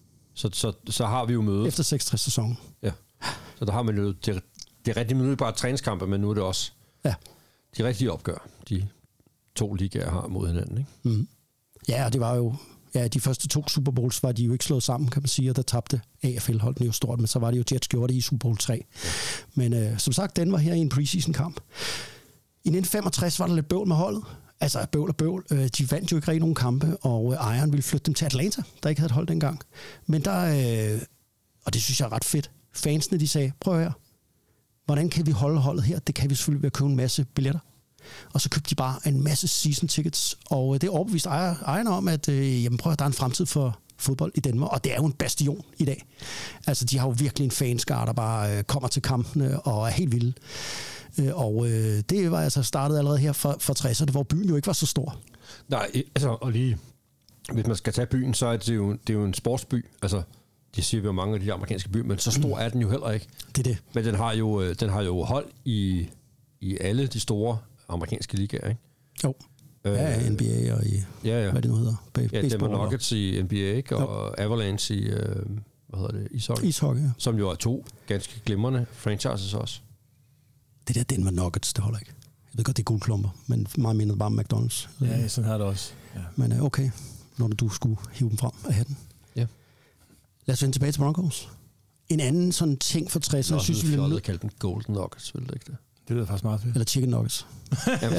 Så har vi jo mødet... Efter 66-sæsonen. Ja. Så der har man jo... Det er rigtig mødet bare træningskampe, men nu er det også... Ja. De rigtige opgør, de to ligaer har mod hinanden, ikke? Mm. Ja, og det var jo... Ja, de første 2 Super Bowls var de jo ikke slået sammen, kan man sige, og der tabte AFL-holdene jo stort, men så var det jo Jets gjorde det i Super Bowl 3. Ja. Men som sagt, den var her i en preseason-kamp. I 1965 var der lidt bøvl med holdet. Altså bøvl og bøvl. De vandt jo ikke rigtig nogen kampe, og ejeren ville flytte dem til Atlanta, der ikke havde et hold dengang. Men der, og det synes jeg er ret fedt, fansene de sagde, prøv her, hvordan kan vi holde holdet her? Det kan vi selvfølgelig ved at købe en masse billetter. Og så købte de bare en masse season tickets, og det overbeviste ejerne om, at jamen prøv at der er en fremtid for fodbold i Danmark, og det er jo en bastion i dag. Altså, de har jo virkelig en fanskare, der bare kommer til kampene og er helt vilde. Og det var altså startet allerede her for 60'erne, hvor byen jo ikke var så stor. Nej, altså, og lige, hvis man skal tage byen, så er det jo en sportsby. Altså, de siger jo mange af de amerikanske byer, men så stor er den jo heller ikke. Det er det. Men den har jo hold i alle de store amerikanske ligaer, ikke? Jo. Ja, NBA og i, hvad det nu hedder. Ja, Denver Nuggets i NBA, ikke? Og Avalanche i, hvad hedder det, ishockey. Ishockey, ja. Som jo er 2 ganske glimrende franchises også. Det der Denver Nuggets, det holder ikke. Jeg ved godt, det er guldklumper, men meget mindre bare McDonald's. Ja, sådan har det også. Ja. Men okay, når du skulle hive dem frem af hatten. Ja. Lad os vende tilbage til Broncos. En anden sådan ting for 60'erne, synes vi ville kalde den Golden Nuggets, vil det ikke det? Det lyder faktisk meget fedt. Eller Chicken Nuggets. Jamen,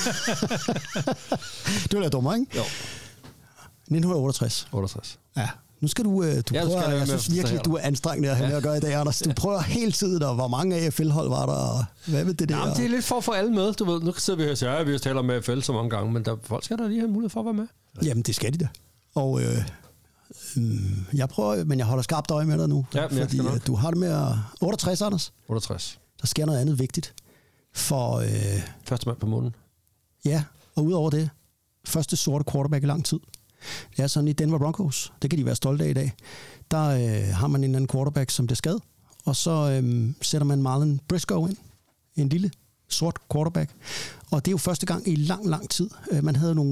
det var da dummere, ikke? Jo. 1968. 68. Ja. Nu skal du prøve, jeg synes virkelig, du er anstrengende at have med at gøre i dag, Anders. Du prøver hele tiden, og hvor mange AFL-hold var der, og hvad ved det der? Jamen, det er lidt for at få alle med, du ved. Nu sidder vi her og siger, vi har talt om AFL så mange gange, men folk skal da lige have mulighed for at være med. Jamen, det skal de da. Og jeg prøver, men jeg holder skarpt øje med dig nu. Ja, men fordi du har det med 68, Anders. 68. Der sker noget andet vigtigt. For første mand på månen. Ja, og udover det, første sorte quarterback i lang tid. Det er sådan i Denver Broncos. Det kan de være stolte af i dag. Der har man en eller anden quarterback, som bliver skadet, og så sætter man Marlon Briscoe ind. En lille sort quarterback. Og det er jo første gang i lang tid. Man havde nogle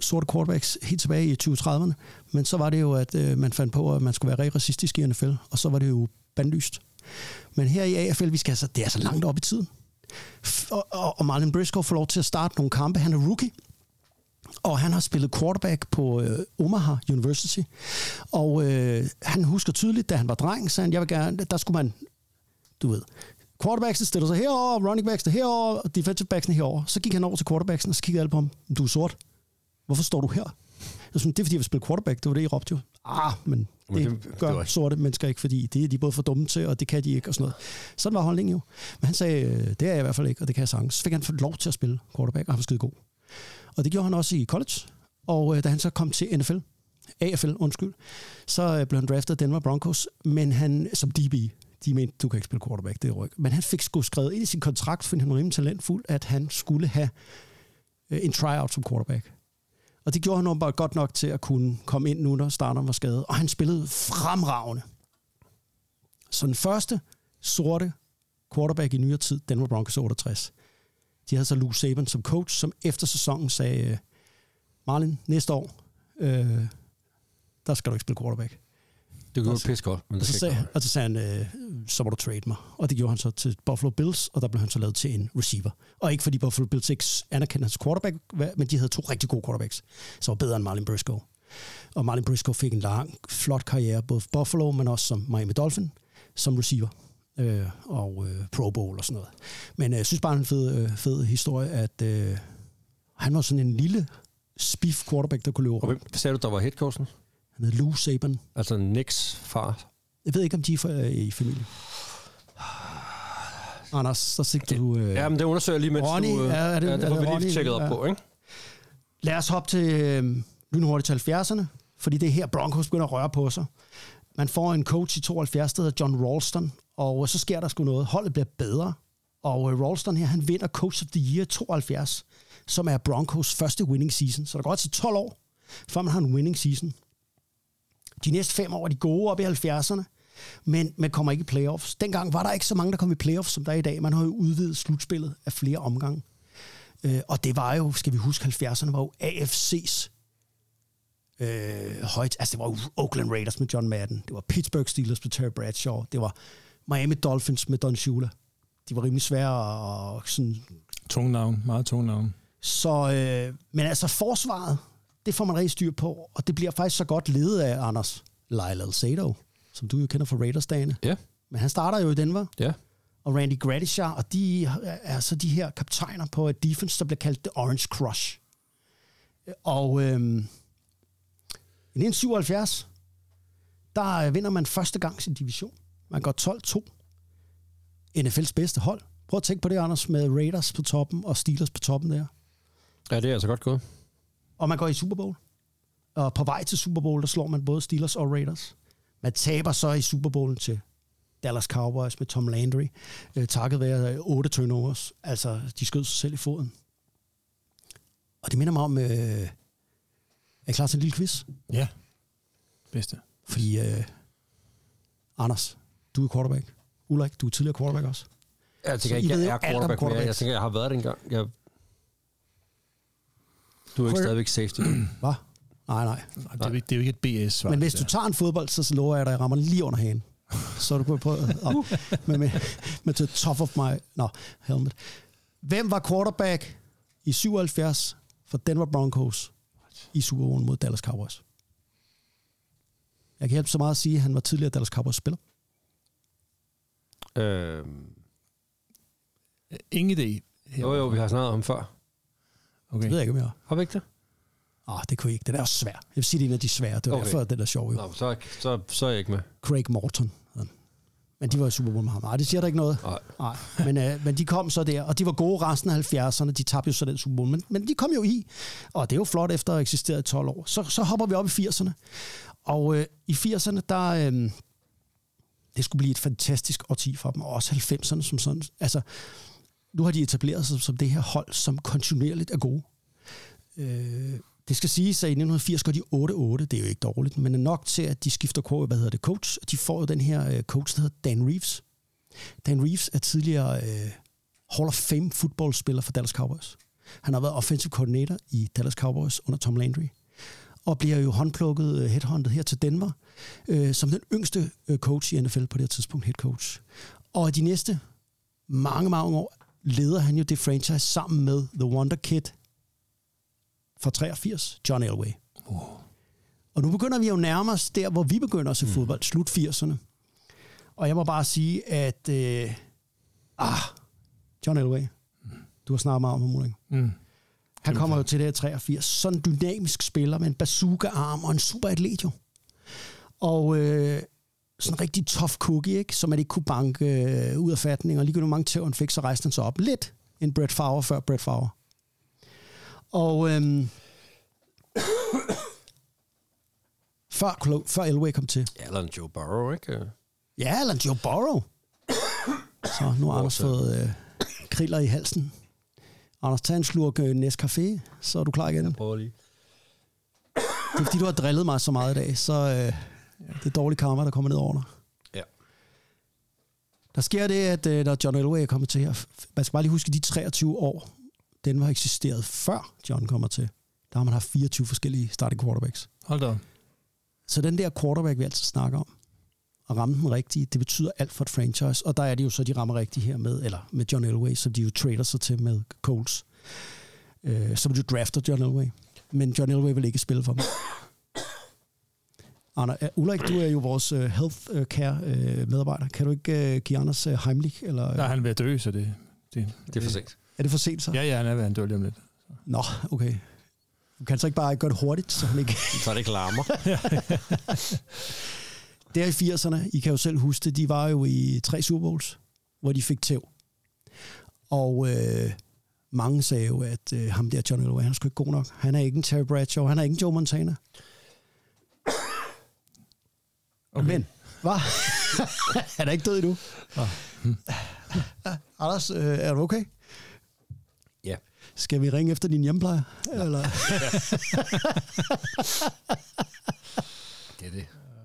sorte quarterbacks helt tilbage i 2030'erne, men så var det jo, at man fandt på, at man skulle være rigtig racistisk i NFL, og så var det jo bandlyst. Men her i AFL, det er så langt op i tiden. Og Marlon Briscoe får lov til at starte nogle kampe. Han er rookie, og han har spillet quarterback på Omaha University. Og han husker tydeligt, da han var dreng, så jeg vil gerne, der skulle man, du ved, quarterbacksen stiller sig herover, running backsen herover, og defensive backsen herover. Så gik han over til quarterbacksen, og så kiggede alle på ham. Du er sort. Hvorfor står du her? Det er fordi, jeg vil spille quarterback. Det var det, I råbte jo. Men det gør sorte mennesker ikke, fordi de er både for dumme til, og det kan de ikke, og sådan noget. Sådan var holdningen jo. Men han sagde, det er jeg i hvert fald ikke, og det kan jeg sagtens. Så fik han lov til at spille quarterback, og han var skide god. Og det gjorde han også i college. Og da han så kom til AFL, så blev han draftet af Denver Broncos, men han som DB, de mente, du kan ikke spille quarterback, det er ryg. Men han fik sgu skrevet ind i sin kontrakt, fordi han var rimelig talentfuld, at han skulle have en tryout som quarterback. Og det gjorde han bare godt nok til at kunne komme ind nu, når starteren var skadet. Og han spillede fremragende. Så den første sorte quarterback i nyere tid, Denver Broncos 68. De havde så Lou Saban som coach, som efter sæsonen sagde, Marlon, næste år, der skal du ikke spille quarterback. Det gjorde pisse godt, men det skal ikke. Og så sagde han, så må du trade mig. Og det gjorde han så til Buffalo Bills, og der blev han så lavet til en receiver. Og ikke fordi Buffalo Bills ikke anerkendte hans quarterback, men de havde 2 rigtig gode quarterbacks, som var bedre end Marlon Briscoe. Og Marlon Briscoe fik en lang, flot karriere, både for Buffalo, men også som Miami Dolphin, som receiver. Og Pro Bowl og sådan noget. Men jeg synes bare, en fed historie, at han var sådan en lille spiff quarterback, der kunne løbe rundt. Hvad sagde du, der var headcoachen? Han hed Lou Saban. Altså Nicks far. Jeg ved ikke, om de er i familie. Anders, så sigter du... Ja, men det undersøger lige, mens Ronny, du... det får vi lige Ronny, tjekket op på, ikke? Lad os hoppe til lynhurtigt til 70'erne, fordi det er her, Broncos begynder at røre på sig. Man får en coach i 72, der hedder John Ralston, og så sker der sgu noget. Holdet bliver bedre, og Ralston her, han vinder Coach of the Year 72, som er Broncos første winning season. Så der går til 12 år, før man har en winning season. De næste 5 år er de gode op i 70'erne, men man kommer ikke i playoffs. Dengang var der ikke så mange, der kom i playoffs, som der er i dag. Man har jo udvidet slutspillet af flere omgange. Og det var jo, skal vi huske, 70'erne var jo AFC's højt. Altså det var jo Oakland Raiders med John Madden. Det var Pittsburgh Steelers med Terry Bradshaw. Det var Miami Dolphins med Don Shula. De var rimelig svære og sådan... Meget tunge navn. Så, men altså forsvaret, det får man rigtig styr på, og det bliver faktisk så godt ledet af Anders Lyle Alzado, som du jo kender fra Raiders-dagene. Ja. Men han starter jo i Denver. Ja. Og Randy Gradishar, og de er så de her kaptajner på et defense, der bliver kaldt The Orange Crush. Og i 1977, der vinder man første gang sin division. Man går 12-2. NFL's bedste hold. Prøv at tænke på det, Anders, med Raiders på toppen og Steelers på toppen der. Ja, det er altså godt gået. Og man går i Super Bowl. Og på vej til Super Bowl, der slår man både Steelers og Raiders. Man taber så i Super Bowlen til Dallas Cowboys med Tom Landry, takket være 8 turnovers. Altså, de skød sig selv i foden. Og det minder mig om, er I klar til en lille quiz? Ja. Bedste. Fordi, Anders, du er quarterback. Ulrik, du er tidligere quarterback også. Jeg tænker ikke, jeg er quarterback mere. Jeg tænker, jeg har været det engang. Du er ikke stadigvæk safety. Hvad? Nej. Det er jo ikke et BS-svar. Men hvis du tager en fodbold, så lover jeg dig, at jeg rammer den lige under hagen. Så er du på med til top of my helmet. Hvem var quarterback i 77 for Denver Broncos i Super Bowl mod Dallas Cowboys? Jeg kan hjælpe så meget at sige, at han var tidligere Dallas Cowboys spiller. Ingen idé. Jo, vi har snakket om før. Okay. Det ved jeg ikke, om jeg har. Har vi ikke det? Det kunne jeg ikke. Den er også svær. Jeg vil sige, det er en af de svære. Det var derfor, den er sjov. Nå, så er jeg ikke med. Craig Morton. Men de var i Super Bowl med ham. Nej, det siger der ikke noget. Nej. Men de kom så der, og de var gode resten af 70'erne. De tabte jo så den Super Bowl. Men de kom jo i, og det er jo flot efter at have eksisteret i 12 år. Så hopper vi op i 80'erne. Og i 80'erne, der... det skulle blive et fantastisk årti for dem, og også 90'erne som sådan. Altså, nu har de etableret sig som det her hold, som kontinuerligt er gode. Det skal siges, at i 1980 går de 8-8. Det er jo ikke dårligt, men nok til, at de skifter coach. De får jo den her coach, der hedder Dan Reeves. Dan Reeves er tidligere Hall of Fame fodboldspiller for Dallas Cowboys. Han har været offensive coordinator i Dallas Cowboys under Tom Landry, og bliver jo håndplukket, headhunted her til Denver, som den yngste coach i NFL på det her tidspunkt, head coach. Og de næste mange år leder han jo det franchise sammen med The Wonder Kid fra 83, John Elway. Og nu begynder vi jo nærmere os der, hvor vi begynder at se fodbold, slut 80'erne. Og jeg må bare sige, at John Elway, du har snakket meget om ham, Mulling. Han kommer jo til det her 83. Sådan en dynamisk spiller med en bazooka-arm og en super atlet jo. Og sådan en rigtig tough cookie, ikke? Som man ikke kunne banke ud af fatning. Og ligegyldigt hvor mange tæv han fik, så rejste han sig op. Lidt en Brett Favre før Brett Favre. Og før Elway kom til. Ja, eller en Joe Burrow, ikke? Ja, eller en Joe Burrow. Så nu har Anders fået kriller i halsen. Anders, tag en slurk Nescafé, så er du klar igen. Jeg prøver lige. Det er fordi, du har drillet mig så meget i dag, så det er dårlig karma, der kommer ned over dig. Ja. Der sker det, at når John Elway er kommet til her, man skal bare lige huske de 23 år, den var eksisteret før John kommer til. Der har man haft 24 forskellige starting quarterbacks. Hold da. Så den der quarterback, vi altid snakker om, at ramme den rigtige, det betyder alt for et franchise. Og der er det jo så, de rammer rigtigt her med John Elway, som de jo trader sig til med Colts. Som du drafter John Elway. Men John Elway vil ikke spille for dem. Ulrik, du er jo vores healthcare medarbejder. Kan du ikke give Anders Heimlich? Eller? Nej, han er ved at dø, så det er for sent. Er det for sent så? Ja, han er ved at dø lige om lidt. Nå, okay. Du kan så ikke bare gøre det hurtigt, så han ikke... Så det ikke larmer. Der i 80'erne, I kan jo selv huske det, de var jo i 3 Super Bowls, hvor de fik tæv. Og mange sagde jo, at ham der John Elway, han er sgu ikke god nok. Han er ikke en Terry Bradshaw, han er ikke en Joe Montana. Okay. Men, hvad? Han er ikke død endnu. Anders, er du okay? Ja. Skal vi ringe efter din hjemplejer? Ja. Eller? Det er det.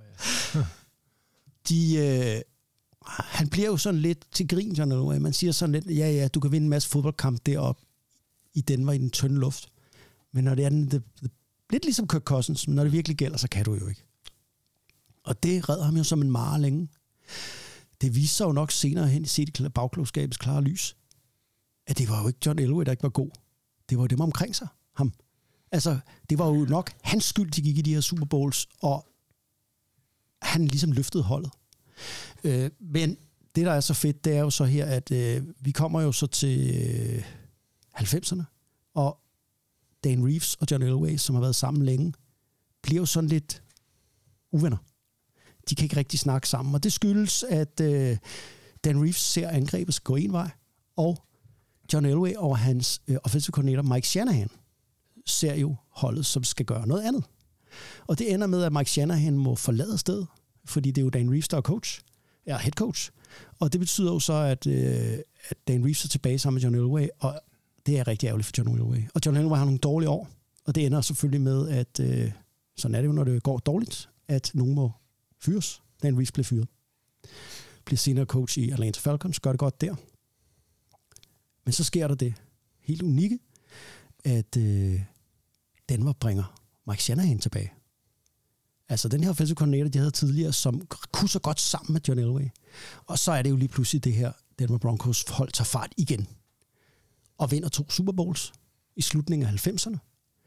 Han bliver jo sådan lidt til grin, John Elway. Man siger sådan lidt, ja, du kan vinde en masse fodboldkamp deroppe i Denver i den tynde luft. Men når det er lidt ligesom Kirk Cousins, men når det virkelig gælder, så kan du jo ikke. Og det redder ham jo som en mare længe. Det viser sig jo nok senere hen i set bagklogskabets klare lys, at det var jo ikke John Elway, der ikke var god. Det var jo dem omkring sig, ham. Altså, det var jo nok hans skyld, de gik i de her Super Bowls, og han ligesom løftede holdet. Men det, der er så fedt, det er jo så her, at vi kommer jo så til 90'erne, og Dan Reeves og John Elway, som har været sammen længe, bliver jo sådan lidt uvenner. De kan ikke rigtig snakke sammen, og det skyldes, at Dan Reeves ser angrebet gå en vej, og John Elway og hans offensive coordinator Mike Shanahan ser jo holdet, som skal gøre noget andet. Og det ender med, at Mike Shanahan må forlade stedet, fordi det er jo Dan Reeves, der er coach, er head coach. Og det betyder jo så, at Dan Reeves er tilbage sammen med John Elway, og det er rigtig ærgerligt for John Elway. Og John Elway har nogle dårlige år, og det ender selvfølgelig med, at sådan er det jo, når det går dårligt, at nogen må fyres. Dan Reeves bliver fyret. Bliver senere coach i Atlanta Falcons, gør det godt der. Men så sker der det helt unikke, at Denver bringer Mike Shanahan tilbage. Altså den her offensive coordinator, de havde tidligere, som kunne så godt sammen med John Elway. Og så er det jo lige pludselig det her, Denver Broncos hold tager fart igen. Og vinder 2 Super Bowls i slutningen af 90'erne.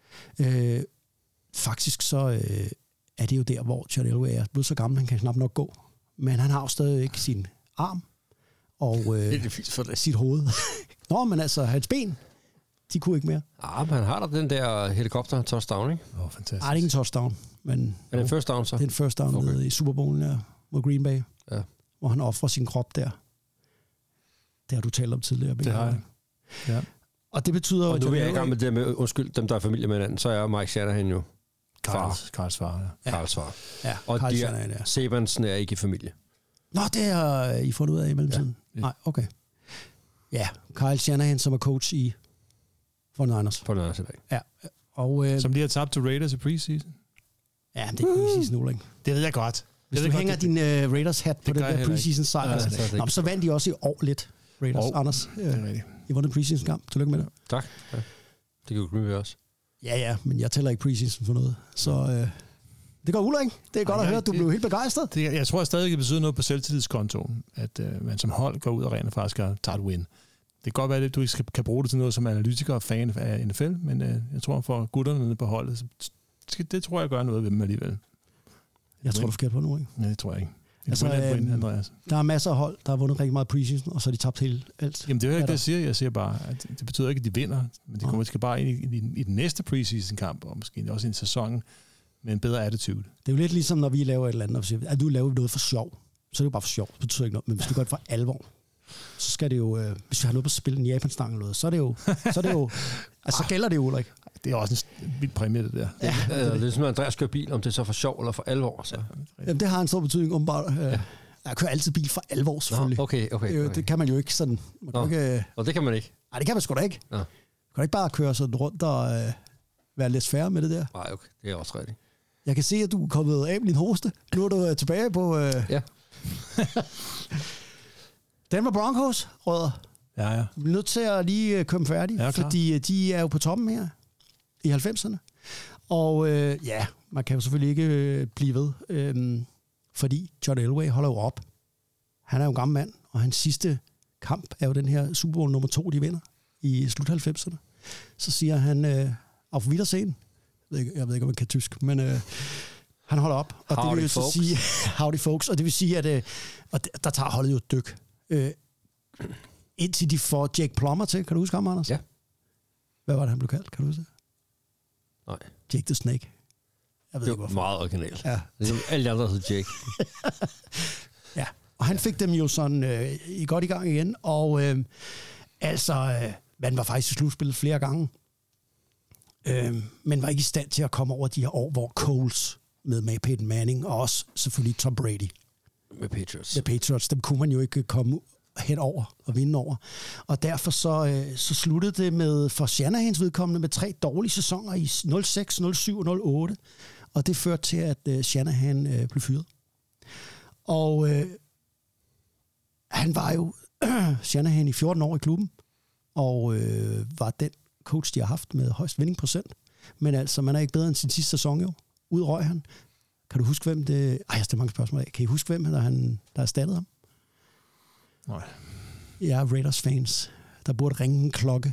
Faktisk så er det jo der, hvor John Elway er blevet så gammel, han kan knap nok gå. Men han har jo stadig ikke sin arm og sit hoved. Nå, men altså, hans ben, de kunne ikke mere. Men han har da den der helikopter-touchdown, ikke? Fantastisk. Det er ikke en touchdown, men... Er det en first down, så? Det er en first down nede i Super Bowlen der, mod Green Bay, hvor han offrer sin krop der. Det har du talt om tidligere. Det har jeg. Ja. Og det betyder... Og nu er jeg i gang med det med, undskyld, dem der er familie med hinanden, så er Mike Shanahan jo Karls far, ja. Karls far. Ja, og Karl Shanahan, ja. Sabansen er ikke i familie. Nå, det har I fundet ud af i mellemtiden? Ja. Nej, okay. Ja, Kyle Shanahan, som er coach i 49ers. Ja. Og, som lige har tabt til Raiders i preseason. Ja, men det er preseason, Ulrik. Det ved jeg godt. Hvis du hænger din Raiders hat på den der preseason sejr, så vandt de også i år lidt, Raiders. Anders, I vundet preseason kamp. Tillykke med det. Tak. Ja. Det kan jo Green Bay også. Ja, men jeg tæller ikke preseason for noget. Så det går Ulrik. Det er godt at høre, at du blev helt begejstret. Jeg tror stadig, det betyder noget på selvtillidskontoen, at man som hold går ud og rent faktisk tager et win. Det kan godt være, at du ikke kan bruge det til noget som analytiker og fan af NFL, men jeg tror, for gutterne nede på holdet, det tror jeg gør noget ved dem alligevel. Jeg tror, du skal på nu, ikke? Nej, det tror jeg ikke. Der er masser af hold, der har vundet rigtig meget preseason, og så har de tabt helt alt. Jamen, det er jo ikke det, jeg siger. Jeg siger bare, at det betyder ikke, at de vinder, men de kommer måske bare ind i den næste preseason-kamp, og måske også i en sæson med en bedre attitude. Det er jo lidt ligesom, når vi laver et eller andet, og siger, at du laver noget for sjov, så er det jo bare for sjov. Det betyder ikke noget. Men hvis du gør det for alvor, så skal det jo, hvis vi har noget på at spille en Japan-stang eller noget, så er det jo, altså så gælder det jo, ikke? Det er også en vild præmie, det der. Ja. Det er som Andreas kører bil, om det er så for sjov eller for alvor. Så. Jamen, det har en stor betydning om bare... Jeg kører altid bil for alvor, selvfølgelig. Okay. Det kan man jo ikke sådan... Og det kan man ikke? Nej, det kan man sgu da ikke. Du kan ikke bare køre sådan rundt og være lidt færre med det der. Nej, okay. Det er også rigtigt. Jeg kan se, at du er kommet af med din hoste. Nu er du tilbage på... Ja. Denver Broncos, Rødder. Ja. Vi er nødt til at lige komme færdig, fordi de er jo på toppen her i 90'erne. Og man kan jo selvfølgelig ikke blive ved, fordi John Elway holder jo op. Han er jo en gammel mand, og hans sidste kamp er jo den her Super Bowl nummer 2, de vinder i slut 90'erne. Så siger han, auf Wiedersehen. Jeg ved ikke, om man kan tysk, men han holder op. Og howdy, det vil jo så sige, howdy folks, og det vil sige, at og der tager holdet jo et dyk. Indtil de får Jake Plummer til. Kan du huske ham, Anders? Ja. Hvad var det, han blev kaldt? Kan du huske det? Nej. Jake the Snake. Jeg ved det ikke, hvorfor. Meget originalt. Ja. Det er alle de andre, der hedder Jake. Ja, og han fik dem jo sådan godt i gang igen. Og man var faktisk i slutspillet flere gange. Men var ikke i stand til at komme over de her år, hvor Coles med Peyton Manning, og også selvfølgelig Tom Brady. Med Patriots. Dem kunne man jo ikke komme hen over og vinde over. Og derfor så sluttede det med, for Shanahans vedkommende, med 3 dårlige sæsoner i 06, 07 og 08. Og det førte til, at Shanahan blev fyret. Og han var jo Shanahan i 14 år i klubben, og var den coach, de har haft med højst vindingprocent. Men altså, man er ikke bedre end sin sidste sæson jo. Ud røg han. Kan du huske, hvem det... jeg stiller mange spørgsmål af. Kan I huske, hvem der erstattede ham? Nej. Ja, Raiders fans. Der burde ringe en klokke.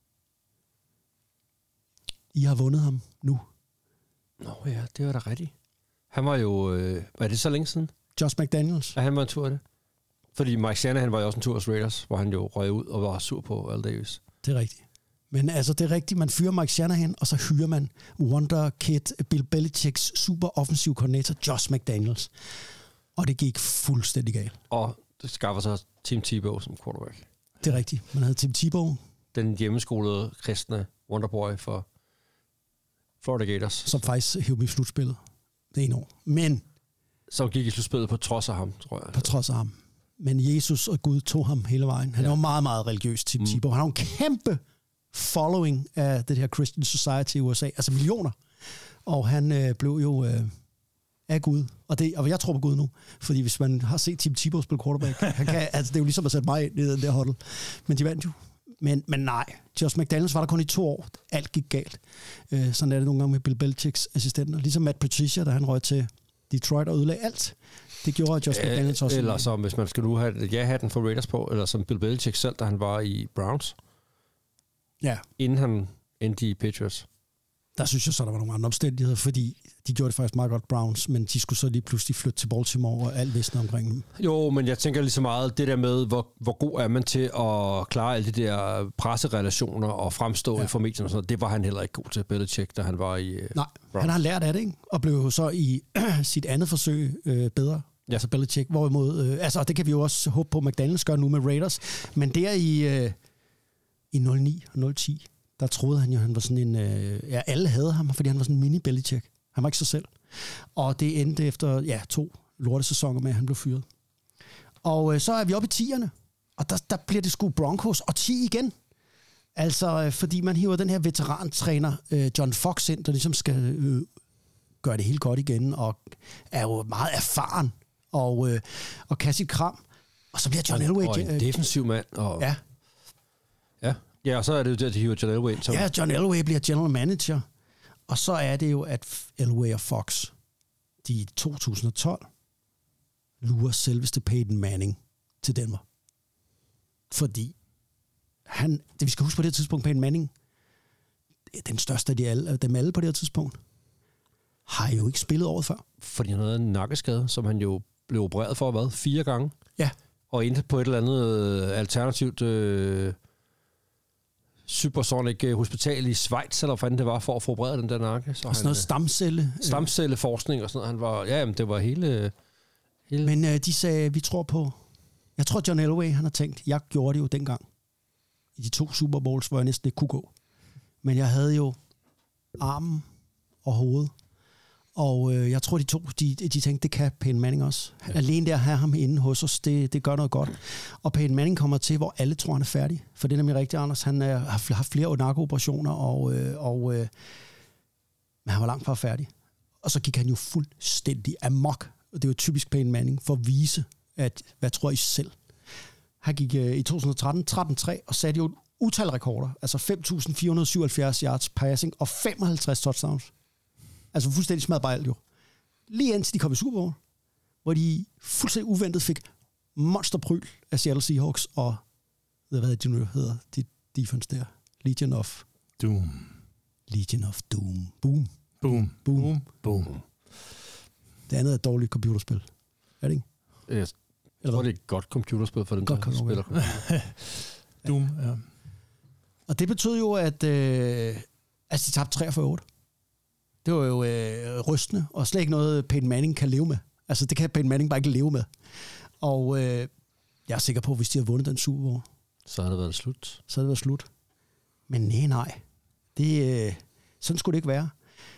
I har vundet ham nu. Nå ja, det var da rigtigt. Han var jo... er det så længe siden? Josh McDaniels. Ja, han var en tur af det. Fordi Mike Shanahan var jo også en tur hos Raiders, hvor han jo røg ud og var sur på Al Davis. Det er rigtigt. Men altså, det er rigtigt. Man fyrer Mike Shanahan, og så hyrer man Wonder Kid, Bill Belichicks super offensiv koordinator, Josh McDaniels. Og det gik fuldstændig galt. Og det skaffer sig Tim Tebow som quarterback. Det er rigtigt. Man havde Tim Tebow. Den hjemmeskolede kristne Wonderboy for Florida Gators. Som faktisk hævde i slutspillet. Det ene år. Men... Som gik i slutspillet på trods af ham, tror jeg. På trods af ham. Men Jesus og Gud tog ham hele vejen. Han var meget, meget religiøs, Tim Tebow. Han har en kæmpe following af det her Christian Society i USA. Altså millioner. Og han blev jo af Gud. Og jeg tror på Gud nu. Fordi hvis man har set Tim Tebow spille quarterback, han kan, altså det er jo ligesom at sætte mig ind i den der huddle. Men de vandt jo. Men nej, Josh McDaniels var der kun i 2 år. Alt gik galt. Sådan er det nogle gange med Bill Belichicks assistenter. Ligesom Matt Patricia, da han røg til Detroit og ødelagde alt. Det gjorde Josh McDaniels også. Eller som, hvis man skal nu have ja-hatten for Raiders på, eller som Bill Belichick selv, da han var i Browns. Ja. Inden han endte i Patriots. Der synes jeg så, der var nogle andre omstændigheder, fordi de gjorde det faktisk meget godt, Browns, men de skulle så lige pludselig flytte til Baltimore og alt visne omkring dem. Jo, men jeg tænker lige så meget det der med, hvor god er man til at klare alle de der presserelationer og fremstå i medierne og sådan noget. Det var han heller ikke god til, Belichick, da han var i Nej, Browns. Han har lært af det, ikke? Og blev så i sit andet forsøg bedre. Ja. Altså Belichick, hvorimod... det kan vi jo også håbe på, McDaniels gør nu med Raiders. Men der i 09 og 010, der troede han jo, han var sådan en... alle havde ham, fordi han var sådan en mini-Belichick. Han var ikke sig selv. Og det endte efter 2 lortesæsoner med, at han blev fyret. Og så er vi oppe i 10'erne. Og der bliver det sgu Broncos og 10 igen. Altså, fordi man hiver den her veterantræner, John Fox ind, der ligesom skal gøre det helt godt igen, og er jo meget erfaren, og kan sit kram. Og så bliver John Elway... Og en defensiv mand. Og... Ja. Ja, og så er det jo der, de hiver John Elway. Ja, John Elway bliver general manager. Og så er det jo, at Elway og Fox, de i 2012 lurer selveste Peyton Manning til Denver. Fordi det vi skal huske på det her tidspunkt, Peyton Manning, den største af dem alle på det her tidspunkt, har jo ikke spillet året før. Fordi han havde en nakkeskade, som han jo blev opereret for, 4 gange? Ja. Og endte på et eller andet alternativt Supersonic Hospital i Schweiz, eller hvad fanden det var, for at få opereret den der nakke. Så og sådan noget stamcelleforskning og sådan noget. Han var, jamen, det var hele... Men de sagde, vi tror på... Jeg tror, John Elway, han har tænkt, jeg gjorde det jo dengang. I de 2 Super Bowls, hvor jeg næsten ikke kunne gå. Men jeg havde jo armen og hovedet. Og jeg tror, de tænkte, det kan Peyton Manning også. Ja. Alene der at have ham inde hos os, det gør noget godt. Og Peyton Manning kommer til, hvor alle tror, han er færdig. For det er nemlig rigtigt, Anders. Han har haft flere narkooperationer, men han var langt fra færdig. Og så gik han jo fuldstændig amok. Og det var typisk Peyton Manning, for at vise, at hvad tror I selv? Han gik i 2013 13-3 og satte jo utal rekorder. Altså 5.477 yards passing og 55 touchdowns. Altså fuldstændig smadret bare alt jo. Lige indtil de kom i Super Bowl, hvor de fuldstændig uventet fik monsterpryl af Seattle Seahawks og, hvad de nu hedder, de defense der. Legion of Doom. Boom. Boom. Boom. Boom. Det andet er et dårligt computerspil. Er det ikke? Jeg tror, det er et godt computerspil for den, der spiller computer. Doom, ja. Og det betød jo, at de tabte 3-8. Det var jo rystende, og slet ikke noget, Peyton Manning kan leve med. Altså, det kan Peyton Manning bare ikke leve med. Og jeg er sikker på, at hvis de havde vundet den Super Bowl, så havde det været slut. Så havde det været slut. Men nej. Sådan skulle det ikke være.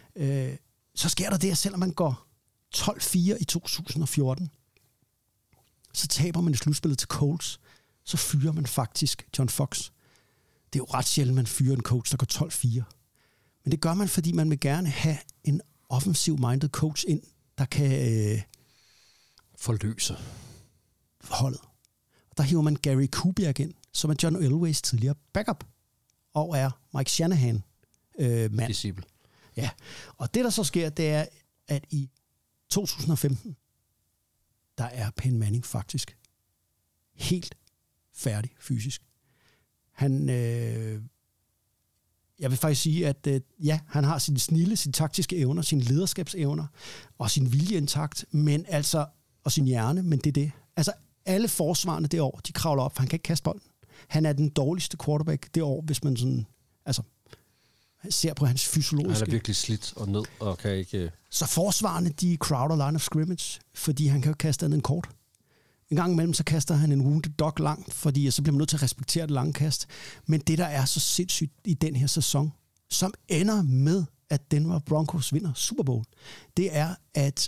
Så sker der det, at selvom man går 12-4 i 2014, så taber man i slutspillet til Colts, så fyrer man faktisk John Fox. Det er jo ret sjældent, man fyrer en coach, der går 12-4. Men det gør man, fordi man vil gerne have en offensiv-minded coach ind, der kan forløse holdet. Og der hiver man Gary Kubiak ind, som er John Elways tidligere backup, og er Mike Shanahan mand. Disciple. Ja, og det der så sker, det er, at i 2015, der er Peyton Manning faktisk helt færdig fysisk. Han, jeg vil faktisk sige, at han har sin snilde, sine taktiske evner, sine lederskabsevner og sin vilje intakt, men altså, og sin hjerne, men det er det. Altså, alle forsvarerne det år, de kravler op, for han kan ikke kaste bolden. Han er den dårligste quarterback det år, hvis man sådan, altså, ser på hans fysiologiske... Han er virkelig slidt og ned, og kan ikke... Så forsvarerne, de crowder line of scrimmage, fordi han kan jo ikke kaste andet end kort. En gang imellem, så kaster han en wounded dog langt, fordi så bliver man nødt til at respektere det lange kast. Men det, der er så sindssygt i den her sæson, som ender med, at Denver Broncos vinder Super Bowl, det er, at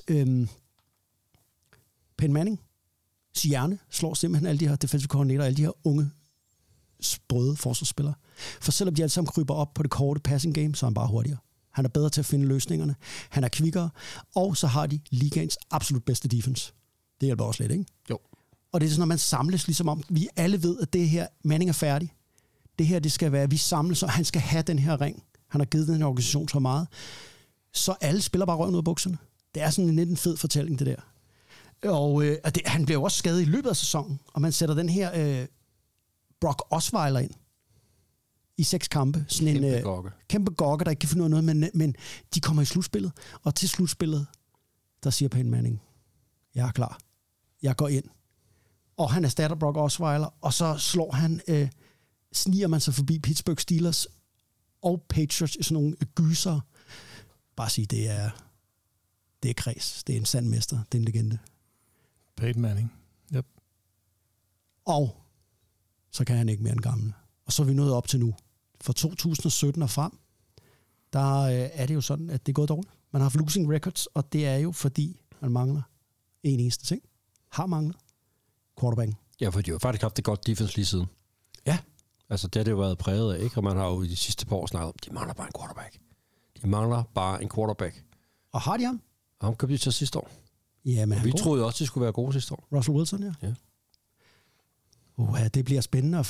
Peyton Manning, hjerne, slår simpelthen alle de her defensive coordinator, alle de her unge, sprøde forsvarsspillere. For selvom de alle sammen kryber op på det korte passing game, så er han bare hurtigere. Han er bedre til at finde løsningerne. Han er kvikkere. Og så har de ligaens absolut bedste defense. Det hjælper også lidt, ikke? Jo. Og det er sådan, når man samles ligesom om, vi alle ved, at det her, Manning er færdig. Det her, det skal være, vi samles, og han skal have den her ring. Han har givet den her organisation så meget. Så alle spiller bare røven ud af bukserne. Det er sådan en fed fortælling, det der. Og han bliver jo også skadet i løbet af sæsonen, og man sætter den her Brock Osweiler ind i 6 kampe. Sådan kæmpe gokke, der ikke kan finde ud af noget, men de kommer i slutspillet, og til slutspillet, der siger Peyton Manning, jeg er klar. Jeg går ind. Og han erstatter Brock Osweiler, og så slår han, sniger man sig forbi Pittsburgh Steelers og Patriots i sådan nogle gyser. Bare sige, det er kreds. Det er en sand mester. Det er en legende. Peyton Manning. Yep. Og så kan han ikke mere end gamle. Og så er vi nået op til nu. For 2017 og frem, der er det jo sådan, at det er gået dårligt. Man har haft losing records, og det er jo fordi, man mangler en eneste ting. Har manglet quarterbacken. Ja, for de har faktisk haft det godt defense lige siden. Ja. Altså, det har det jo været præget af, ikke? Og man har jo i de sidste par år snakket om, de mangler bare en quarterback. De mangler bare en quarterback. Og har de ham? Og ham købte de til sidste år. Ja, men vi troede også, de skulle være gode sidste år. Russell Wilson, ja. Det bliver spændende at følge.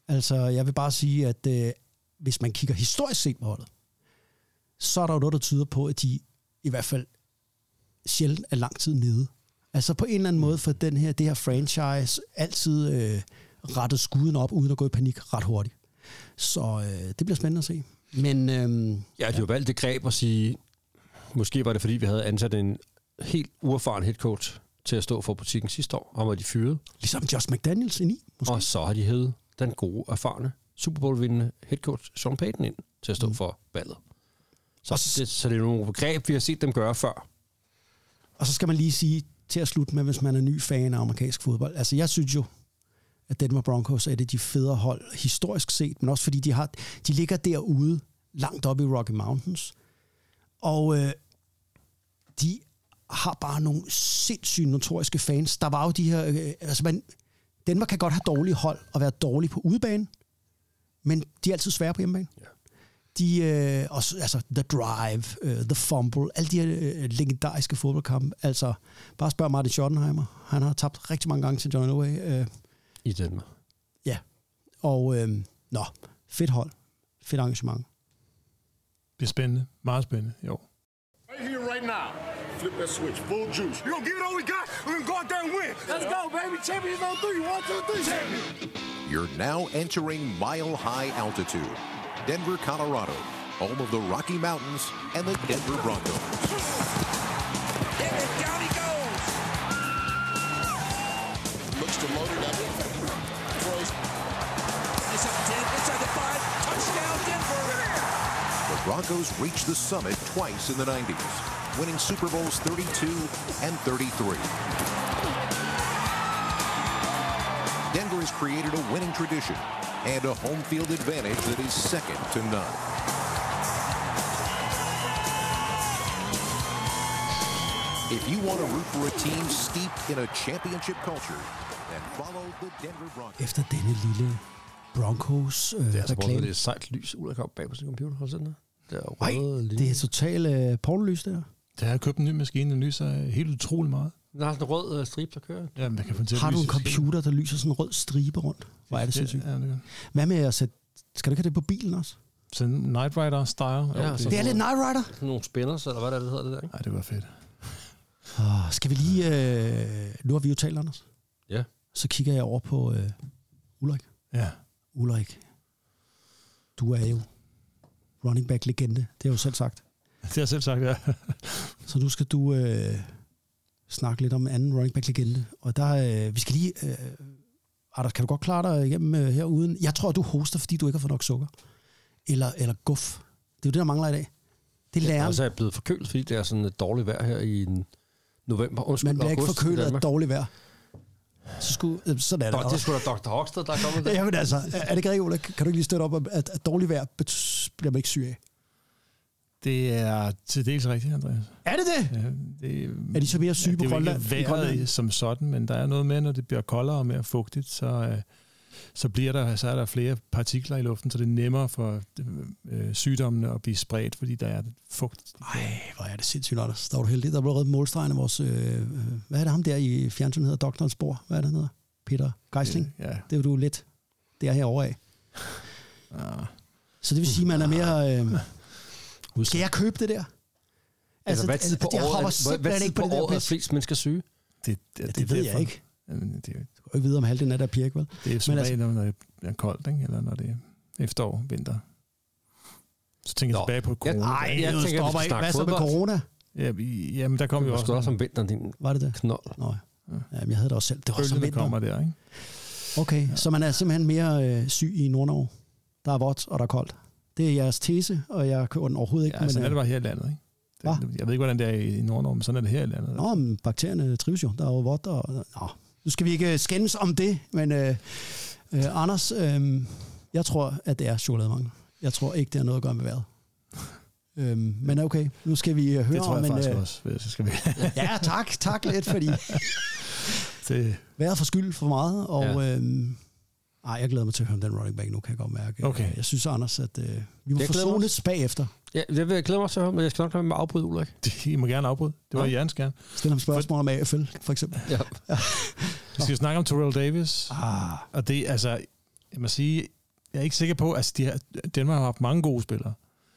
Altså, jeg vil bare sige, at hvis man kigger historisk set på holdet, så er der jo noget, der tyder på, at de i hvert fald sjældent er lang tid nede. Altså på en eller anden måde for det her franchise altid rettet skuden op, uden at gå i panik ret hurtigt. Så det bliver spændende at se. Men, de har jo valgt det greb at sige, måske var det fordi, vi havde ansat en helt uerfaren headcoach til at stå for butikken sidste år, og var de fyret. Ligesom Josh McDaniels i 9, måske. Og så har de hævet den gode, erfarne, Super Bowl-vindende headcoach Sean Payton ind til at stå for valget. Så det er nogle greb, vi har set dem gøre før. Og så skal man lige sige til at slutte med, hvis man er ny fan af amerikansk fodbold. Altså, jeg synes jo, at Denver Broncos er det de federe hold historisk set, men også fordi de ligger derude, langt oppe i Rocky Mountains. Og de har bare nogle sindssygt notoriske fans. Der var jo de her... Denver kan godt have dårlige hold og være dårlige på udebane, men de er altid svære på hjemmebane. Ja. De, også, altså The Drive, The Fumble, alle de her legendariske fodboldkampe. Altså, bare spørg Martin Schottenheimer. Han har tabt rigtig mange gange til John Elway. I Danmark. Ja. Og fedt hold. Fedt arrangement. Det er spændende. Meget spændende, jo. Right here, right now. Flip that switch. Full juice. You gonna give it all we got? We're gonna go out there and win. Let's go, baby. Champions on 3. 1, 2, 3. Champion. You're now entering Mile High Altitude. Denver, Colorado, home of the Rocky Mountains and the Denver Broncos. And down he goes. Looks to load it up. Throws. It's up 10. Inside the 5. Touchdown, Denver. The Broncos reached the summit twice in the 90s, winning Super Bowls 32 and 33. Denver has created a winning tradition and a home field advantage that is second to none. If you want to root for a team steeped in a championship culture, then follow the Denver Broncos. Efter denne lille Broncos det er altså reklame. det er sejt lys ud af bag på sin computer. Har du set det? Det er totalt pornolys, det her. Da jeg har købt en ny maskine, den lyser helt utrolig meget. Den har sådan en rød stribe, der kører. Ja, man kan har du en computer, der lyser sådan en rød stribe rundt? Hvor er det sindssygt? Ja, det hvad med at sætte... Skal du ikke have det på bilen også? Så Knight Rider-style? Ja, det er lidt Knight Rider? Nogle spinners, eller hvad det hedder det der, ikke? Nej, det var fedt. Skal vi lige... nu har vi jo talt, Anders. Ja. Så kigger jeg over på Ulrik. Ja. Ulrik, du er jo running back legende. Det har jeg jo selv sagt. Det har jeg selv sagt, ja. Så nu skal du snakke lidt om anden running back legende. Og der, vi skal lige... Anders, kan du godt klare dig igennem her uden... Jeg tror, du hoster, fordi du ikke har fået nok sukker. Eller guf. Det er jo det, der mangler i dag. Det er læren. Og så er jeg blevet forkølet, fordi det er sådan et dårligt vejr her i november. Man bliver ikke forkølet af dårligt vejr. Sådan er det. Det er sgu da Dr. Hoxted, der er kommet der. Jamen altså, er det ikke rigtigt, Ola? Kan du ikke lige støtte op, at dårligt vejr bliver man ikke syg af? Det er til dels rigtigt, Andreas. Er det det? Ja, er de så mere syge på Grønland? Det er jo ikke vejret som sådan, men der er noget med, når det bliver koldere og mere fugtigt, så er der flere partikler i luften, så det er nemmere for sygdommene at blive spredt, fordi der er fugt. Ej, hvor er det sindssygt, Anders. Der var du heldig. Der blev reddet målstregen af vores... hvad er det ham der i fjernsynet hedder? Doktorens spor. Hvad er det, han hedder? Peter Geisling. Ja. Det er jo du lidt. Det er herovre af. Så det vil sige, at man er mere... skal jeg købe det der? Altså, hvad tid på året er flest mennesker syge? Det ved jeg ikke. Du kan ikke vide, om halvdelen af der pirk, vel? Det er som regel, når det er koldt, ikke? Eller når det er efterår, vinter. Så tænker jeg tilbage på corona. Nej, jeg tænker, ikke. Hvad så med corona? Ja, men der kom jo også... også om vinteren, din var det knold. Nå, ja, jeg havde det også selv. Det var også om vinteren. Kommer der, ikke? Okay, så man er simpelthen mere syg i Nord-Norge. Der er vådt, og der er koldt. Det er jeres tese, og jeg køber den overhovedet ikke. Ja, sådan er det bare her i landet, ikke? Jeg ved ikke, hvordan det er i Nord-Norge, men sådan er det her i landet. Nå, men bakterierne trives jo. Der er jo vådt, og... Nu skal vi ikke skændes om det, men Anders, jeg tror, at det er chokolademangel. Jeg tror ikke, det har noget at gøre med vejret. Men okay, nu skal vi høre om... Det tror jeg faktisk også, så skal vi... Ja, tak lidt, fordi vejret får skyld for meget, og jeg glæder mig til at høre den running back nu, kan jeg godt mærke. Okay. Jeg synes, Anders, at vi må forsones bagefter. Ja, det vil jeg glæde mig til at høre, men jeg skal nok med at afbryde, Ulrik. I må gerne afbryde. Det var Jens gerne. Stil ham spørgsmål om AFL, for eksempel. Ja. Vi skal snakke om Terrell Davis. Og det, altså, jeg må sige, Jeg er ikke sikker på, altså Denver har haft mange gode spillere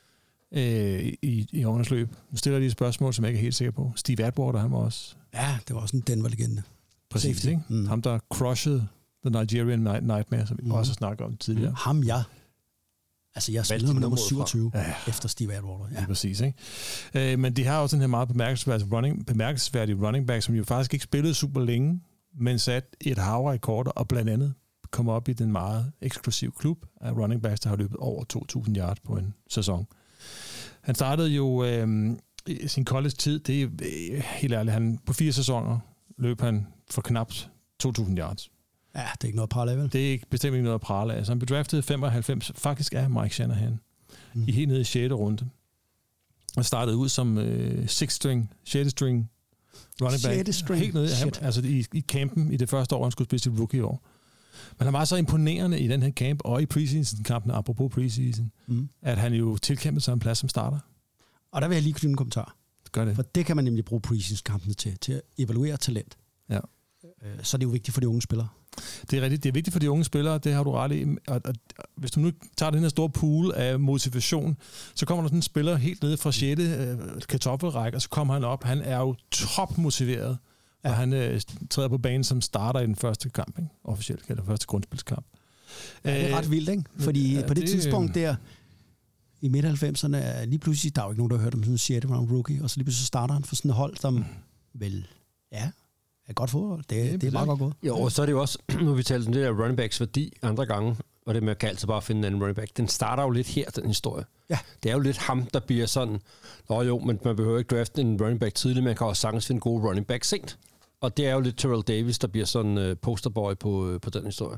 i årenes løb. Nu stiller de et spørgsmål, som jeg ikke er helt sikker på. Steve Atwater, han var også... Ja, det var også en Denver-legende. Præcis, Safety. ikke? Ham, der crushede The Nigerian Nightmare, som vi også har snakket om tidligere. Ham, ja. Altså, jeg spillede med nummer 27 efter Steve Atwater. Ja, præcis, ikke? Men de har også den her meget bemærkelsesværdige running back, som jo faktisk ikke spillede super længe, men sat et hav af rekorder, og blandt andet kommer op i den meget eksklusive klub af running backs, der har løbet over 2.000 yards på en sæson. Han startede jo sin college-tid, det er helt ærligt, han på 4 sæsoner løb han for knapt 2.000 yards. Ja, det er ikke noget at prale af, vel? Det er bestemt ikke noget at prale af. Altså, han blev draftet 95, faktisk af Mike Shanahan, i helt nede i 6. runde. Og startede ud som 6. string running back. 6. string? Helt nede, altså i campen i det første år, han skulle spille sit rookie-år. Men han var så imponerende i den her camp, og i preseason-kampen, apropos preseason, at han jo tilkæmpede sig en plads som starter. Og der vil jeg lige knytte en kommentar. Gør det. For det kan man nemlig bruge preseason-kampene til at evaluere talent. Ja. Så er det jo vigtigt for de unge spillere. Det er rigtigt. Det er vigtigt for de unge spillere, det har du ret i. Og hvis du nu tager den her store pool af motivation, så kommer der sådan en spiller helt nede fra 6. kartoffelrække, og så kommer han op. Han er jo topmotiveret, og han træder på banen som starter i den første kamp, ikke? Officielt, eller første grundspilskamp. Ja, det er ret vildt, ikke? Fordi på det tidspunkt der, i midt-90'erne, lige pludselig, der er jo ikke nogen, der har hørt om sådan en 6. round rookie, og så lige pludselig starter han for sådan et hold, som vel, er godt fodbold. Det er meget godt gået. Jo, og så er det jo også, nu vi talte om det der running backs værdi andre gange, og det med at kan altid bare finde en anden running back, den starter jo lidt her, den historie. Ja. Det er jo lidt ham, der bliver sådan, men man behøver ikke drafte en running back tidligt, man kan også sagtens finde gode running back sent. Og det er jo lidt Terrell Davis, der bliver sådan posterboy på den historie.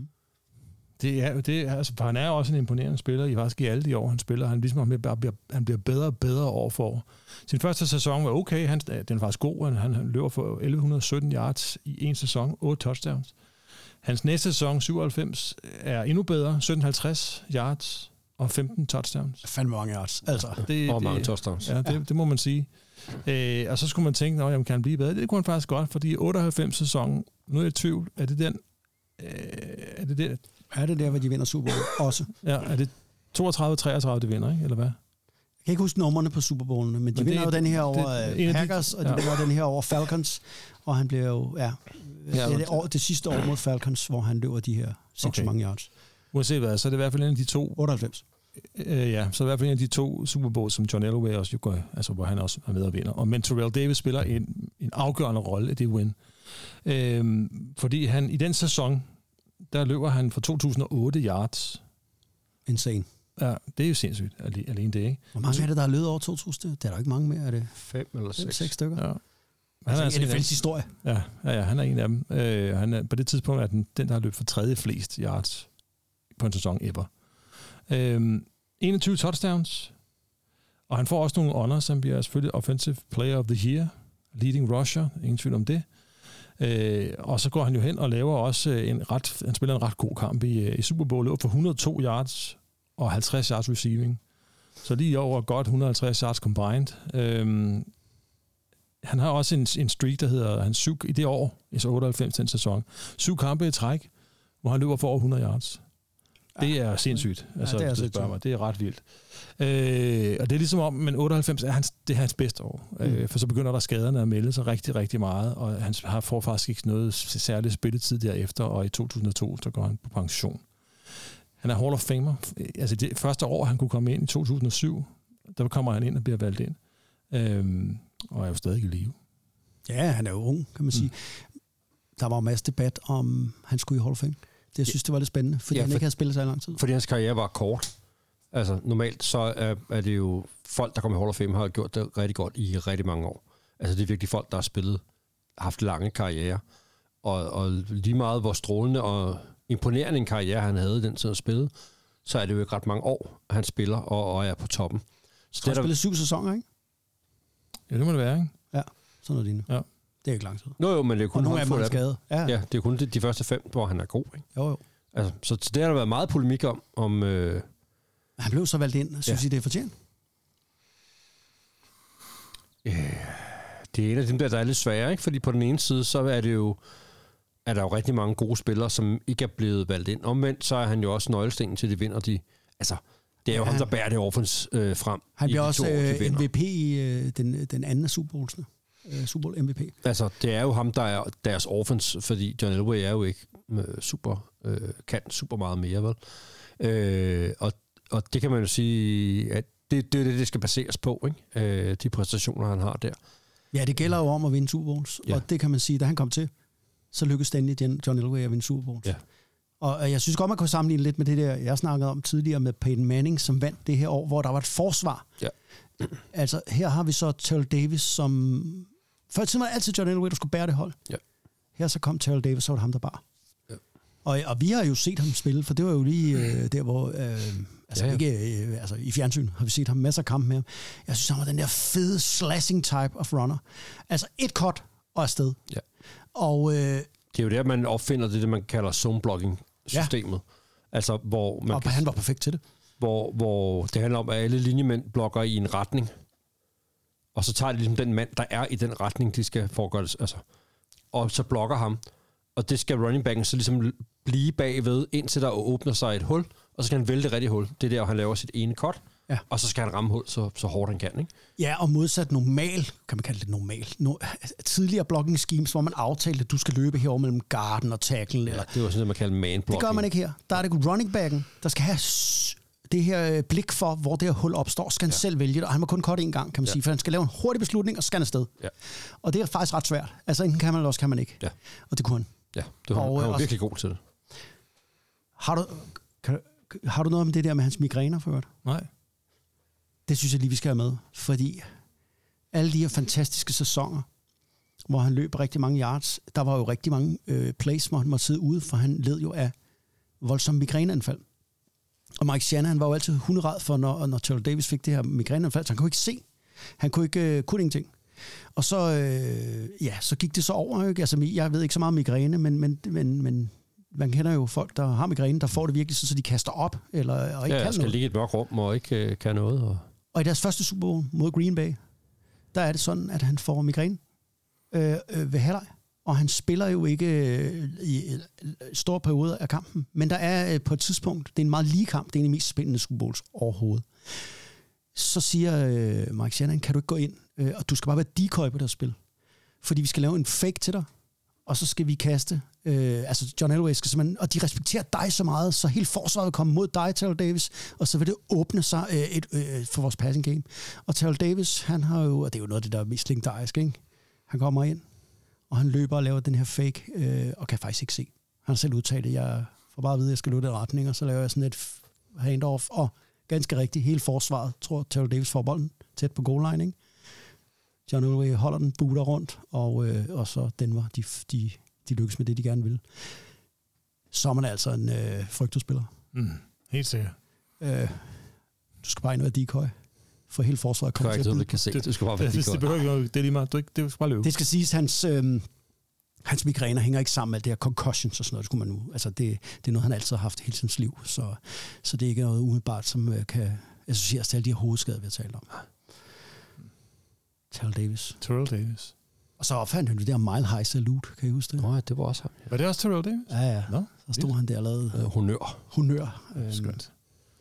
Det er, altså, han er også en imponerende spiller i faktisk i alle de år, han spiller. Han han bliver bedre og bedre år for år. Sin første sæson var okay, den er faktisk god. Han løber for 1117 yards i en sæson, 8 touchdowns. Hans næste sæson, 97, er endnu bedre, 1750 yards og 15 touchdowns. Fandme mange yards. Altså. Mange touchdowns. Ja, det må man sige. Og så skulle man tænke, kan han blive bedre? Det kunne han faktisk godt, fordi 98 sæson, nu er jeg i tvivl, er det den... Er det der, hvor de vinder Super Bowl også? Ja, er det 32-33, de vinder, ikke? Eller hvad? Jeg kan ikke huske nummerne på Super Bowlene, men de vinder jo den her over Packers, og de vinder den her over Falcons, og han bliver jo, det sidste år mod Falcons, hvor han løber de her 6 mange yards. Uanset hvad, så er det i hvert fald en af de to... 98. Så er det i hvert fald en af de 2 Super Bowls, som John Elway også jo gør, altså hvor han også er med og vinder. Og men Terrell Davis spiller en afgørende rolle i det win. Fordi han i den sæson, der løber han for 2008 yards. Insane. Ja, det er jo sindssygt, alene det, ikke? Hvor mange er det, der har løbet over 2000? Det er der ikke mange mere, er det? 5 eller 6. 6 stykker. Ja. Han er en fælles historie. Ja, han er en af dem. Han er, på det tidspunkt er den, der har løbet for 3. flest yards på en sæson ever. 21 touchdowns, og han får også nogle honors, som bliver selvfølgelig Offensive Player of the Year, Leading Rusher, ingen tvivl om det. Og så går han jo hen og laver også han spiller en ret god kamp i Super Bowl, løber for 102 yards og 50 yards receiving. Så lige over godt 150 yards combined. Han har også en streak, der hedder i det år, i 98 den sæson, 7 kampe i træk, hvor han løber for over 100 yards. Det er sindssygt. Altså, det er ret vildt. Og det er ligesom om, men 98 det er hans bedste år. For så begynder der skaderne at melde sig rigtig, rigtig meget, og han får faktisk ikke noget særligt spilletid derefter, og i 2002, så går han på pension. Han er Hall of Famer. Altså det første år, han kunne komme ind i 2007, der kommer han ind og bliver valgt ind. Og er jo stadig i live. Ja, han er jo ung, kan man sige. Der var en masse debat om, han skulle i Hall of Fame. Jeg synes, det var lidt spændende, fordi han ikke havde spillet så lang tid. Fordi hans karriere var kort. Altså, normalt så er det jo folk, der kommer i Hall of Fame, har gjort det rigtig godt i rigtig mange år. Altså, det er virkelig folk, der har haft lange karrierer. Og lige meget, hvor strålende og imponerende en karriere, han havde den tid at spille, så er det jo ikke ret mange år, han spiller og er på toppen. Så han spillet 7 sæsoner, ikke? Ja, det må det være, ikke? Ja, sådan noget lignende. Ja. Det er ikke lang tid. Jo, men det er kun nogle af dem er skadet. Ja, det er kun de første 5, hvor han er god, ikke? Jo. Altså, så det har der været meget polemik om. Han blev så valgt ind. Synes I, det er fortjent? Det er en af dem, der er lidt svære, ikke? Fordi på den ene side, så er det jo... er der jo rigtig mange gode spillere, som ikke er blevet valgt ind. Omvendt, så er han jo også nøglestenen til, de vinder. Altså, det er jo ham, der bærer det offense frem. Han bliver også MVP i den anden Super Bowls'ne. Super Bowl MVP. Altså, det er jo ham, der er deres offense, fordi John Elway er jo ikke kan super meget mere, vel? Og det kan man jo sige, at det skal baseres på, ikke? De præstationer, han har der. Ja, det gælder jo om at vinde Super Bowls, og det kan man sige, da han kom til, så lykkedes det endelig John Elway at vinde Super Bowls. Ja. Og jeg synes godt, man kunne sammenligne lidt med det der, jeg snakkede om tidligere med Peyton Manning, som vandt det her år, hvor der var et forsvar. Ja. Altså, her har vi så Terrell Davis, som... Før i tiden var det altid John Elway, der skulle bære det hold. Ja. Her så kom Terrell Davis, så var det ham, der bar. Ja. Og vi har jo set ham spille, for det var jo lige der, hvor... i fjernsyn har vi set ham masser af kampe med ham. Jeg synes, han var den der fede slashing type of runner. Altså et cut og afsted. Ja. Og... det er jo der, man opfinder det, man kalder zone-blocking-systemet. Ja. Altså, hvor man han var perfekt til det. Hvor det handler om, at alle linjemænd blokker i en retning. Og så tager de ligesom den mand, der er i den retning, de skal foregøre det. Altså. Og så blokker ham. Og det skal running backen så ligesom blive bagved, indtil der åbner sig et hul. Og så skal han vælge det rigtige hul. Det er der, han laver sit ene cut. Ja. Og så skal han ramme hul så hårdt han kan, ikke? Ja, og modsat normal, kan man kalde det normal, tidligere blocking schemes, hvor man aftalte, at du skal løbe herover mellem garden og tackle. Ja, eller, det var sådan, man kalder man-blocking. Det gør man ikke her. Der er det running backen, der skal have det her blik for, hvor det her hul opstår, skal han selv vælge det, og han må kun cutte en gang, kan man sige, for han skal lave en hurtig beslutning, og så skal han afsted. Ja. Og det er faktisk ret svært. Altså, enten kan man, eller også kan man ikke. Ja. Og det kunne han. Ja, det var han var virkelig god til det. Har du noget om det der med hans migræner før? Nej. Det synes jeg lige, vi skal have med, fordi alle de her fantastiske sæsoner, hvor han løb rigtig mange yards, der var jo rigtig mange plays, hvor han måtte sidde ude, for han led jo af voldsomme migræneanfald. Og Mike Shanahan var jo altid hunderad for, når Terrell Davis fik det her migræneanfald, så han kunne ikke se. Han kunne ingenting. Og så, så gik det så over. Ikke? Altså, jeg ved ikke så meget om migræne, men man kender jo folk, der har migræne, der får det virkelig, så de kaster op, og ikke kan noget. Skal ligge i et mørkt rum, og ikke kan noget. Og i deres første Super Bowl mod Green Bay, der er det sådan, at han får migræne ved halvleg. Og han spiller jo ikke i store perioder af kampen. Men der er på et tidspunkt, det er en meget lige kamp, det er en af de mest spændende Super Bowls overhovedet. Så siger Mike Shanahan, kan du ikke gå ind, og du skal bare være decoy på det spil. Fordi vi skal lave en fake til dig, og så skal vi kaste. Altså John Elway skal simpelthen, og de respekterer dig så meget, så hele forsvaret vil komme mod dig, Terrell Davis, og så vil det åbne sig for vores passing game. Og Terrell Davis, han har jo, og det er jo noget af det, der er mest legendarisk, ikke? Han kommer ind, og han løber og laver den her fake, og kan faktisk ikke se. Han har selv udtalt det, jeg får bare at vide, at jeg skal løbe den retning, og så laver jeg sådan et handoff, og ganske rigtigt, hele forsvaret, tror Terrell Davis får bolden tæt på goal line, ikke? John Elway holder den, buter rundt, og så Denver, de lykkes med det, de gerne vil. Så er man altså en frygtespiller. Helt sikkert. Du skal bare ind og være decoy, for hele forsvaret kommer til at blive. Kan se. Du skal bare være decoy. Det behøver ikke, det er lige meget. Det skal bare løbe. Det skal siges, hans migræner hænger ikke sammen med det her concussions og sådan noget. Det skulle man nu. Altså det er noget, han altid har haft hele sit liv, så det er ikke noget umiddelbart, som kan associeres til alle de her hovedskader, vi har talt om. Terrell Davis. Og så opfandt han det der Mile High Salute, kan I huske det? Nej, det var også ham. Ja. Var det også Terrell Davis? Ja. No? Så stod han der og lavede... Honør. Skønt.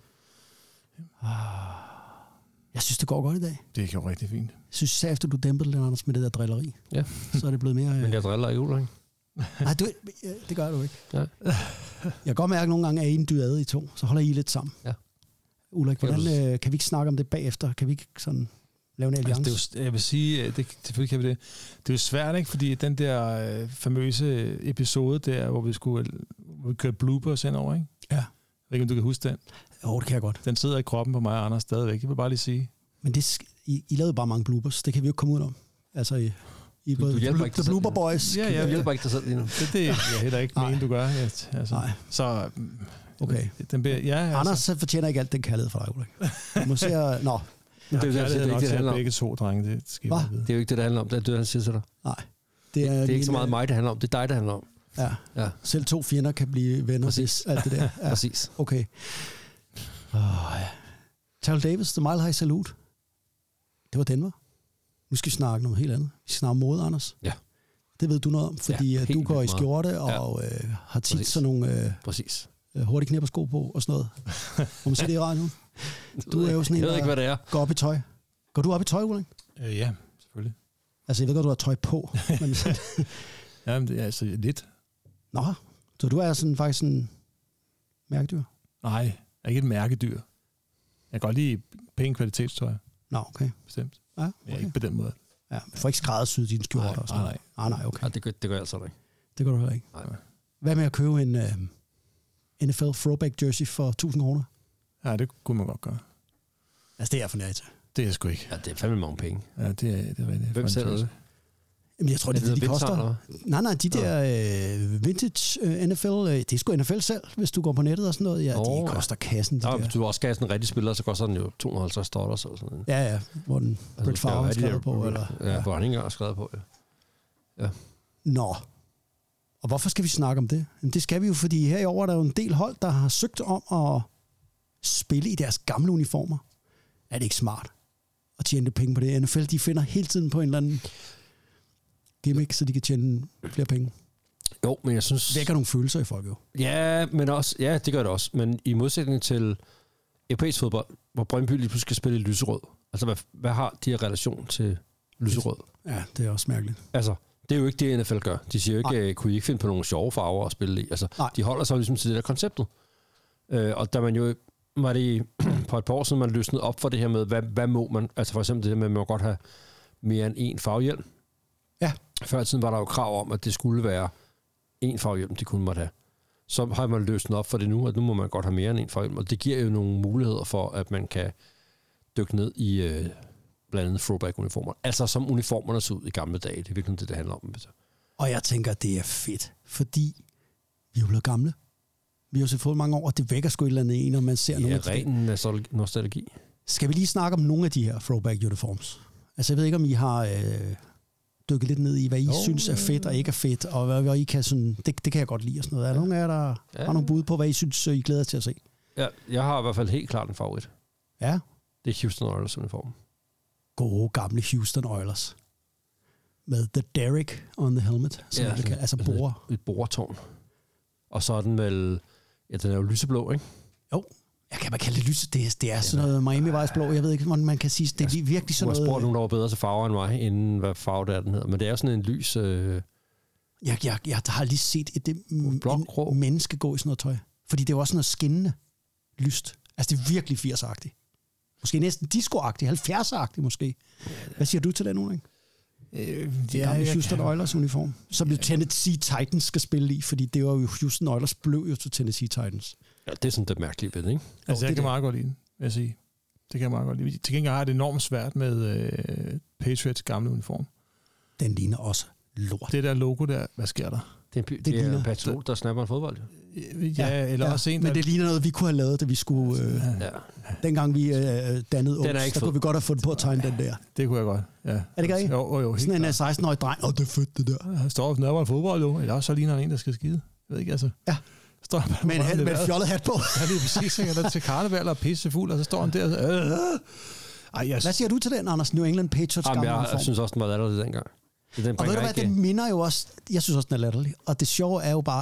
Jeg synes, det går godt i dag. Det går rigtig fint. Jeg synes, efter du dæmpede lidt, Anders, med det der drilleri, så er det blevet mere... Men jeg driller ikke, Ulrik. Nej, det gør du ikke. Ja. Jeg kan godt mærke, at nogle gange er I en dyade i to, så holder I lidt sammen. Ja. Ulrik, kan vi ikke snakke om det bagefter? Kan vi ikke sådan... lave en alliance? Altså, jeg vil sige, selvfølgelig kan vi det. Det er jo svært, ikke? Fordi den der famøse episode der, hvor vi kørte bloopers henover, ikke? Ja. Jeg ved ikke, om du kan huske den? Jo, det kan jeg godt. Den sidder i kroppen på mig og Anders stadigvæk. Jeg vil bare lige sige. Men I lavede bare mange bloopers. Det kan vi jo ikke komme ud om. Altså, I både The Blooper Boys. Ja, jeg hjælper ikke dig selv lige nu. Det jeg heller ikke mene, du gør. Altså. Nej. Så... Okay. Anders fortjener ikke alt den kærlighed fra dig, Ulrik. Du må se... Nå. Det er ikke det handler om. Begge to drenge, det skal det er jo ikke det, der handler om. Det er det, han siger til dig. Nej. Det er ikke så meget mig, det handler om. Det er dig, det handler om. Ja. Selv to fjender kan blive venner. Præcis. Alt det der. Ja. Præcis. Okay. Terrell Davis, The Mile High Salute. Det var Denver. Nu skal vi snakke noget helt andet. Vi skal snakke om mode, Anders. Ja. Det ved du noget om, fordi du går i skjorte og har tit sådan nogle hurtige knæppersko på og sådan noget. Må man se det i radioen? Du er jo sådan en, jeg ved ikke, hvad det er. Går op i tøj. Går du op i tøj, Ulrik? Ja, selvfølgelig. Altså, jeg ved godt, du har tøj på. Men Jamen, det er altså lidt. Nå, så du er sådan faktisk en mærkedyr? Nej, jeg er ikke et mærkedyr. Jeg kan godt lide pæn kvalitetstøj. Nå, okay. Bestemt. Ja, okay. Men ikke på den måde. Ja, du får ikke skræddersyet dine skjorter og sådan noget. Nej, okay. Ja, det gør jeg altså ikke. Det gør du heller ikke. Nej. Hvad med at købe en NFL throwback jersey for 1.000 kroner? Ja, det kunne man godt gøre. Altså, det er jeg for nær til. Det er jeg sgu ikke. Ja, det er fandme mange penge. Ja, det er rigtigt. Hvem sælger det? Jamen, jeg tror, det er det, de koster. Nej, de der vintage NFL, det er sgu NFL selv, hvis du går på nettet og sådan noget. Ja, de koster kassen. De hvis du også skal have sådan en rigtig spiller, så koster den jo $250 eller sådan noget. Ja, hvor den Brett Favre har skrevet på. Eller, hvor han ikke engang skrevet på, ja. Nå. Og hvorfor skal vi snakke om det? Jamen, det skal vi jo, fordi her i år er der jo en del hold, der har søgt om at spille i deres gamle uniformer. Er det ikke smart at tjene penge på det? NFL, de finder hele tiden på en eller anden gimmick, så de kan tjene flere penge. Jo, men jeg synes... Vækker nogle følelser i folk jo. Ja, men også, ja, det gør det også. Men i modsætning til europæisk fodbold, hvor Brøndby lige pludselig skal spille i lyserød. Altså, hvad har de her relation til lyserød? Ja, det er også mærkeligt. Altså, det er jo ikke det, NFL gør. De siger jo ikke, kunne I ikke finde på nogle sjove farver at spille i? Altså, de holder sig ligesom til det der konceptet. Og da man jo... Var det på et par år siden, man løsnede op for det her med, hvad må man... Altså for eksempel det der med, at man må godt have mere end én farvehjelm. Ja. Før i tiden var der jo krav om, at det skulle være én farvehjelm, de kunne måtte have. Så har man løsnet op for det nu, at nu må man godt have mere end én farvehjelm. Og det giver jo nogle muligheder for, at man kan dykke ned i blandt andet throwback-uniformer. Altså som uniformerne så ud i gamle dage. Det er virkelig det handler om. Og jeg tænker, det er fedt, fordi vi er jo blevet gamle. Vi har jo set fået mange år, og det vækker sgu et eller andet i, når man ser nogle af det. Ja, ren nostalgi. Skal vi lige snakke om nogle af de her throwback uniforms? Altså, jeg ved ikke, om I har dykket lidt ned i, hvad I synes er fedt og ikke er fedt, og hvad I kan sådan... Det kan jeg godt lide og sådan noget. Er der nogen af jer, der har nogle bud på, hvad I synes, I glæder til at se? Ja, jeg har i hvert fald helt klart en favorit. Ja? Det er Houston Oilers uniform. Gode, gamle Houston Oilers. Med the Derrick on the helmet. Altså borer. Et boretårn. Og så er den vel... Ja, den er jo lyseblå, ikke? Jo. Jeg kan bare kalde det lyse. Det er sådan noget Miami-vejsblå. Jeg ved ikke, hvordan man kan sige. Det er virkelig sådan noget... Jeg spurgte nogen, der var bedre til farver end mig, inden hvad farve det er, den hedder. Men det er sådan en lys... Jeg har lige set en menneske gå i sådan noget tøj. Fordi det er jo også noget skinnende lyst. Altså, det er virkelig 80'er-agtigt. Måske næsten disco-agtigt. 70'er-agtigt måske. Hvad siger du til det nu, ikke? Det er jo Houston Oilers uniform, som jo Tennessee Titans skal spille i, fordi det var jo Houston Oilers blev jo til Tennessee Titans. Ja, det er sådan det mærkelige ved det, ikke? Altså, jeg kan meget godt lide den, vil jeg sige. Det kan jeg meget godt lide. Til gengæld har jeg det enormt svært med Patriots gamle uniform. Den ligner også lort. Det der logo der, hvad sker der? Det er en patriot, der snapper en fodbold. Ja, eller også en, men det ligner noget, vi kunne have lavet, da vi skulle... Dengang vi dannede Oaks, der kunne vi godt have fundet på at tegne den der. Det kunne jeg godt, ja. Er det ikke rigtigt? Jo. Sådan en 16-årig dreng. Det er fedt, det der. Han står og snapper en fodbold, jo. Eller også så ligner han en, der skal skide. Jeg ved ikke, altså. Ja. Står med en fjollet hat på. Ja, det er præcis, ikke? Der til karneval og pissefuld, og så står han der. Hvad siger du til den, Anders? New England Patriots gamle uniform? Jeg synes også, den var latterlig dengang. Og ved du hvad, den minder jo også... Jeg synes også, den er latterlig. Og det sjove er jo bare,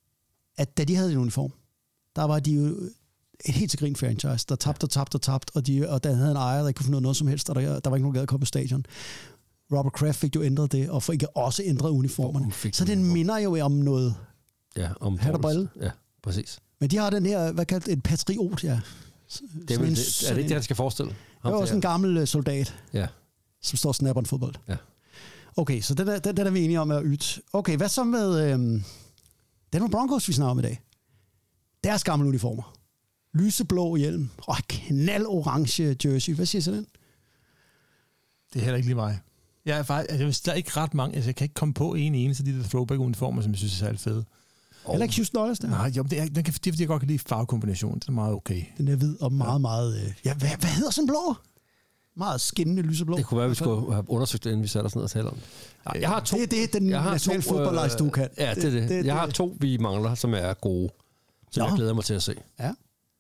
at da de havde en uniform, der var de jo et helt til grin franchise, der tabte, og der havde en ejer, der ikke kunne finde noget som helst, og der var ikke nogen, der komme på stadion. Robert Kraft fik jo ændret det, og ikke også ændret uniformerne. Så den minder jo om noget... Ja, om hat og brille. Ja, præcis. Men de har den her, hvad kaldt en patriot, ja. Er det ikke det, han skal forestille? Det er også en gammel soldat, som står og snapper en fodbold. Ja. Okay, så den er vi enige om at yde. Okay, hvad så med Denver Broncos, vi snakker om i dag? Deres gamle uniformer. Lyseblå hjelm og knaldorange jersey. Hvad siger så den? Det er heller ikke lige mig. Jeg er faktisk, der er ikke ret mange, altså jeg kan ikke komme på en eneste af de der throwback-uniformer, som jeg synes er særlig fede. Heller ikke Houston Oilers der? Nej, jo, det er fordi jeg godt kan lide farvekombinationen. Det er meget okay. Den er hvid og meget... hvad hedder sådan blå? Meget skinnende lyseblå. Det kunne være, at vi skulle have undersøgt det, inden vi satte os ned og taler om det. Jeg har to. Det er den nationale fodboldlejs, du kan. Ja, det er det. Jeg har to, vi mangler, som er gode. Som jeg glæder mig til at se. Ja.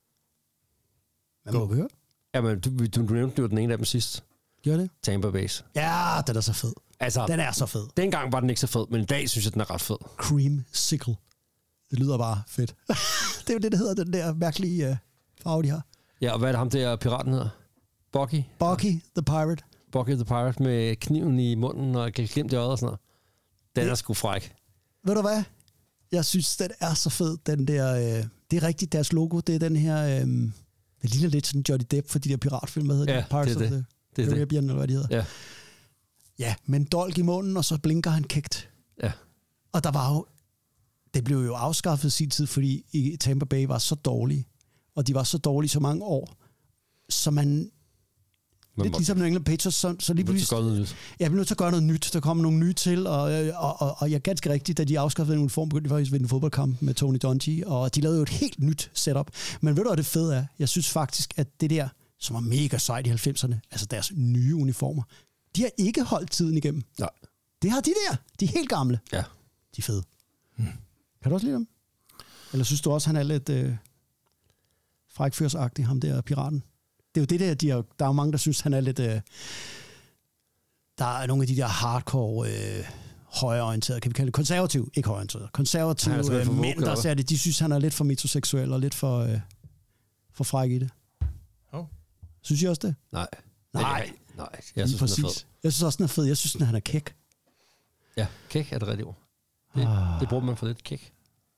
Hvad må vi høre? Jamen, du nævnte jo den ene af dem sidst. Gjorde det? Tampa Bay. Ja, den er så fed. Altså, Den er så fed. Dengang var den ikke så fed, men i dag synes jeg, den er ret fed. Creamsicle. Det lyder bare fedt. Det er jo det, der hedder den der mærkelige farve, de har. Ja, og hvad er det ham der piraten hedder? Bucky the Pirate. Bucky the Pirate med kniven i munden og glimt i øjet og sådan noget. Den er sgu fræk. Ved du hvad? Jeg synes, den er så fed, den der... det er rigtigt, deres logo, det er den her... det ligner lidt sådan Johnny Depp for de der piratfilm, hvad hedder ja, det? Pirates det er of det. the Caribbean, eller hvad de hedder. Ja. Ja, med en dolk i munden, og så blinker han kægt. Ja. Og der var jo... Det blev jo afskaffet i sin tid, fordi i Tampa Bay var så dårlige, og de var så dårlige så mange år, så man lidt ligesom New England Patriots, så lige pludselig... Jeg blev nødt til at gøre noget nyt. Der kom nogle nye til, og jeg er ganske rigtigt, da de afskaffede en uniform, begyndte de faktisk at vinde en fodboldkamp med Tony Dungy, og de lavede jo et helt nyt setup. Men ved du, hvad det fede er? Jeg synes faktisk, at det der, som var mega sejt i 90'erne, altså deres nye uniformer, de har ikke holdt tiden igennem. Nej. Det har de der. De er helt gamle. Ja. De er fede. Kan du også lide dem? Eller synes du også, han er lidt frækfyrsagtig, ham der piraten? Det er jo det der, der er jo mange, der synes, han er lidt... der er nogle af de der hardcore, højreorienterede, kan vi kalde det konservativ, ikke højreorienterede, konservative mænd, der ser det, de synes, han er lidt for metroseksuel og lidt for fræk i det. Synes I også det? Nej. Jeg synes, den er fed. Jeg synes også, den er fed. Jeg synes, han er kæk. Ja, kæk er det rigtige ord. Det bruger man for lidt kæk.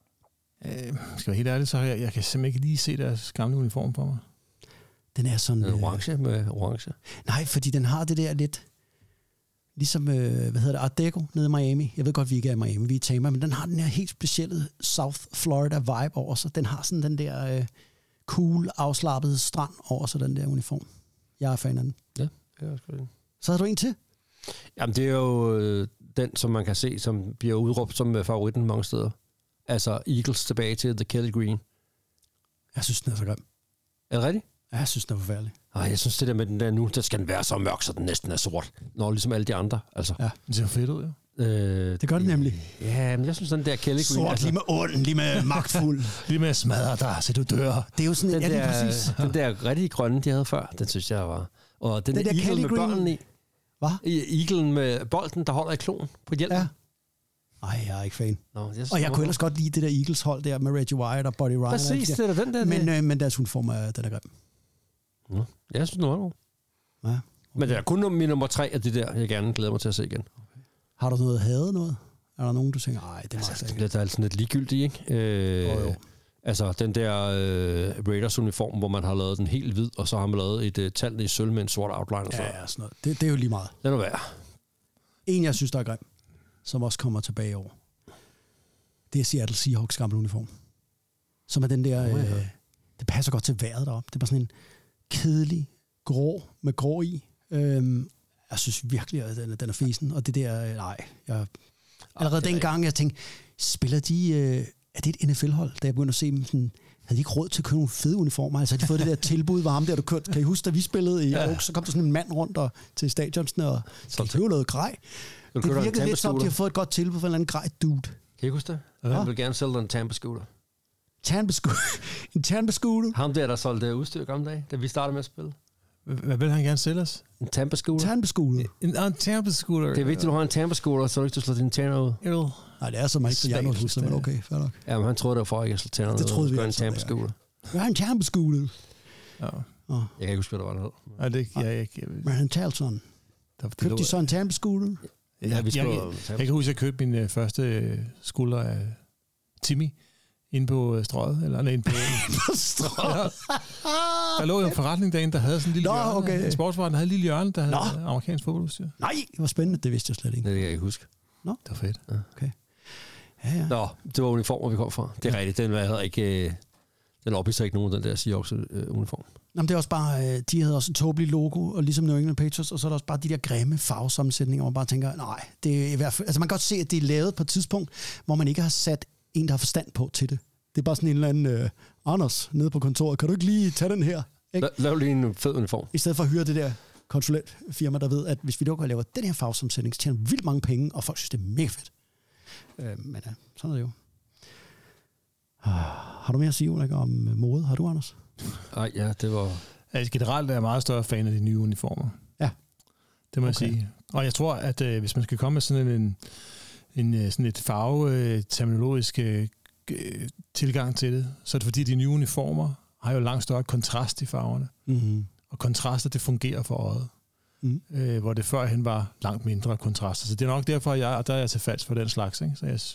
Skal være helt ærlig, så jeg kan simpelthen ikke lige se deres gamle uniform for mig. Den er sådan... orange med orange. Nej, fordi den har det der lidt... Ligesom, Art Deco nede i Miami. Jeg ved godt, vi ikke er i Miami, vi er i Tampa, men den har den her helt specielle South Florida vibe over sig. Den har sådan den der cool, afslappede strand over sig, den der uniform. Jeg er fan af den. Ja, det er også godt. Så har du en til? Jamen, det er jo den, som man kan se, som bliver udråbt som favoritten mange steder. Altså Eagles tilbage til The Kelly Green. Jeg synes, den er så grim. Er det rigtigt? Ja, jeg synes, den er forfærdelig. Ej, jeg synes, det der med den der nu, der skal den være så mørk, så den næsten er sort. Når ligesom alle de andre, altså. Ja, det ser fedt ud, ja. Det gør det nemlig. Ja, men jeg synes, den der Kelly Green... Sort, altså, lige med ond, lige med magtfuld. Lige med smadre dig, så du dør. Det er jo sådan, den ja, lige præcis. Den der rigtig grønne, de havde før, den synes jeg var... Og den der Eagle Kelly med Green bolden i. Hvad? Eaglen med bolden, der holder i kloen på hjelmen. Ja. Ej, jeg er ikke fan. Nå, og jeg kunne ellers godt lide det der Eagles hold der med Reggie White og Buddy Ryan. Præcis, det er den der. Men deres uniform er grim. Ja, jeg synes, den var god. Ja, okay. Men det er kun min nummer 3 af det der, jeg gerne glæder mig til at se igen. Okay. Har du noget hadet noget? Er der nogen, du tænker, nej, det er altså, det er sådan lidt ligegyldigt, ikke? Jo. Altså, den der Raiders-uniform, hvor man har lavet den helt hvid, og så har man lavet et tallende i sølv med en sort outline. Og så. Ja, sådan noget. Det er jo lige meget. Det er værd. En, jeg synes, der er grim, som også kommer tilbage over, det er Seattle Seahawks gamle uniform. Som er den der... det passer godt til vejret deroppe. Det er bare sådan en kedelig grå med grå i. Jeg synes virkelig, at den er fesen. Og det der... allerede dengang, jeg tænkte, spiller de... er det et NFL-hold, da jeg begyndte at se dem sådan... Havde de ikke råd til at købe nogle fede uniformer? Altså, de fået det der tilbud, var ham der, du kørte. Kan I huske, da vi spillede i Oaks, så kom der sådan en mand rundt til stadionsene, og så købe noget grej. Det virkede lidt som, de har fået et godt tilbud for en eller anden grej dude. Kan I huske det? Jeg vil gerne sælge dig en Tampa scooter. En Tampa scooter? Ham der solgte udstyr gamle dage, da vi startede med at spille. Hvad vil han gerne sælge os? En Tampa scooter. Tampa scooter. En Tampa scooter. Det er vigtigt, at du har en Tampa scooter, så du ikke slår dine tænder ud. Nej, det er så meget ikke på Janus, men okay, fair nok. Ja, men han troede, det var for, at jeg slår tænderne ud. Det troede vi en Tampa scooter. Jeg har en Tampa scooter. Ja. Jeg kan ikke huske, hvad der var der. Nej, det er ikke. Men han talte sådan. Købte de så en Tampa scooter? Ja, jeg kan huske, at jeg købte min første skulder af Timmy inde på strøget, eller inde på strøget. Der lå jo en forretning derinde, der havde sådan en lille hjørne. Okay. En sportsforretning, der havde en lille hjørne, der havde amerikansk fodboldudstyr. Nej, det var spændende, det vidste jeg slet ikke. Det kan jeg ikke huske. Nå. Det var fedt. Ja. Okay. Ja. Nå, det var uniformer, vi kom fra. Det er rigtigt, den havde ikke... Den opviser ikke nogen af den der Seahawks-uniform. Jamen, det er også bare, de havde også en tåbelig logo, og ligesom New England Patriots, og så er der også bare de der grimme farvesammensætninger, hvor man bare tænker, nej, det er i hvert fald... Altså, man kan godt se, at det er lavet på et tidspunkt, hvor man ikke har sat en, der har forstand på til det. Det er bare sådan en eller anden, Anders, nede på kontoret, kan du ikke lige tage den her? Lav lige en fed uniform. I stedet for at hyre det der konsulentfirma, der ved, at hvis vi lukker og laver den her farvesammensætning, så tjener vi vildt mange penge, og folk synes, det er mega fedt. Men ja, sådan er det jo. Har du mere at sige, Ulrik, om mode? Har du, Anders? Ja, det var... Altså, generelt er jeg meget større fan af de nye uniformer. Ja. Det må jeg sige. Og jeg tror, at hvis man skal komme med sådan sådan et farveterminologisk tilgang til det, så er det fordi, de nye uniformer har jo langt større kontrast i farverne. Mm-hmm. Og kontraster, det fungerer for øjet. Hvor det førhen var langt mindre kontraster. Så det er nok derfor, der er jeg til falsk for den slags. Ikke? Så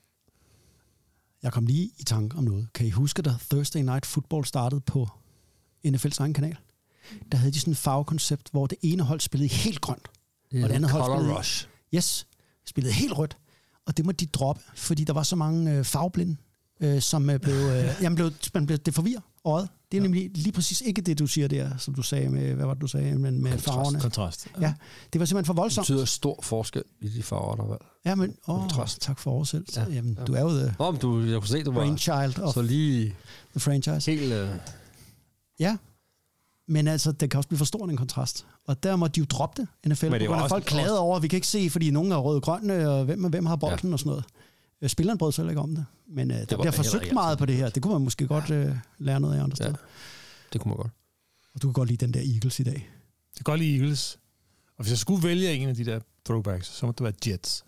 jeg kom lige i tanke om noget. Kan I huske, da Thursday Night Football startede på NFL's egen kanal? Der havde de sådan et farvekoncept, hvor det ene hold spillede helt grønt. Og det andet hold spillede... Rush. Yes, spillede helt rødt. Og det må de droppe, fordi der var så mange farveblinde, som blev det forvirrer øjet. Det er nemlig lige præcis ikke det, du siger der, som du sagde med, hvad var det, du sagde, men med farverne. Kontrast. Ja, det var simpelthen for voldsomt. Det betyder stor forskel i de farver, der var. Ja, men tak for oversættelse. Ja. Jamen, du er jo jeg kunne se, du var brainchild of så lige the franchise. Helt... Ja, men altså, det kan også blive for stor en kontrast. Og der må de jo droppe det, NFL. Men det var folk klagede over, vi kan ikke se, fordi nogen er rød-grønne, og hvem har bolden og sådan noget. Spilleren brød selv ikke om det. Men der bliver forsøgt meget på det her. Det kunne man måske godt lære noget af andre steder. Det kunne man godt. Og du kan godt lide den der Eagles i dag. Jeg kan godt lide Eagles. Og hvis jeg skulle vælge en af de der throwbacks, så må det være Jets.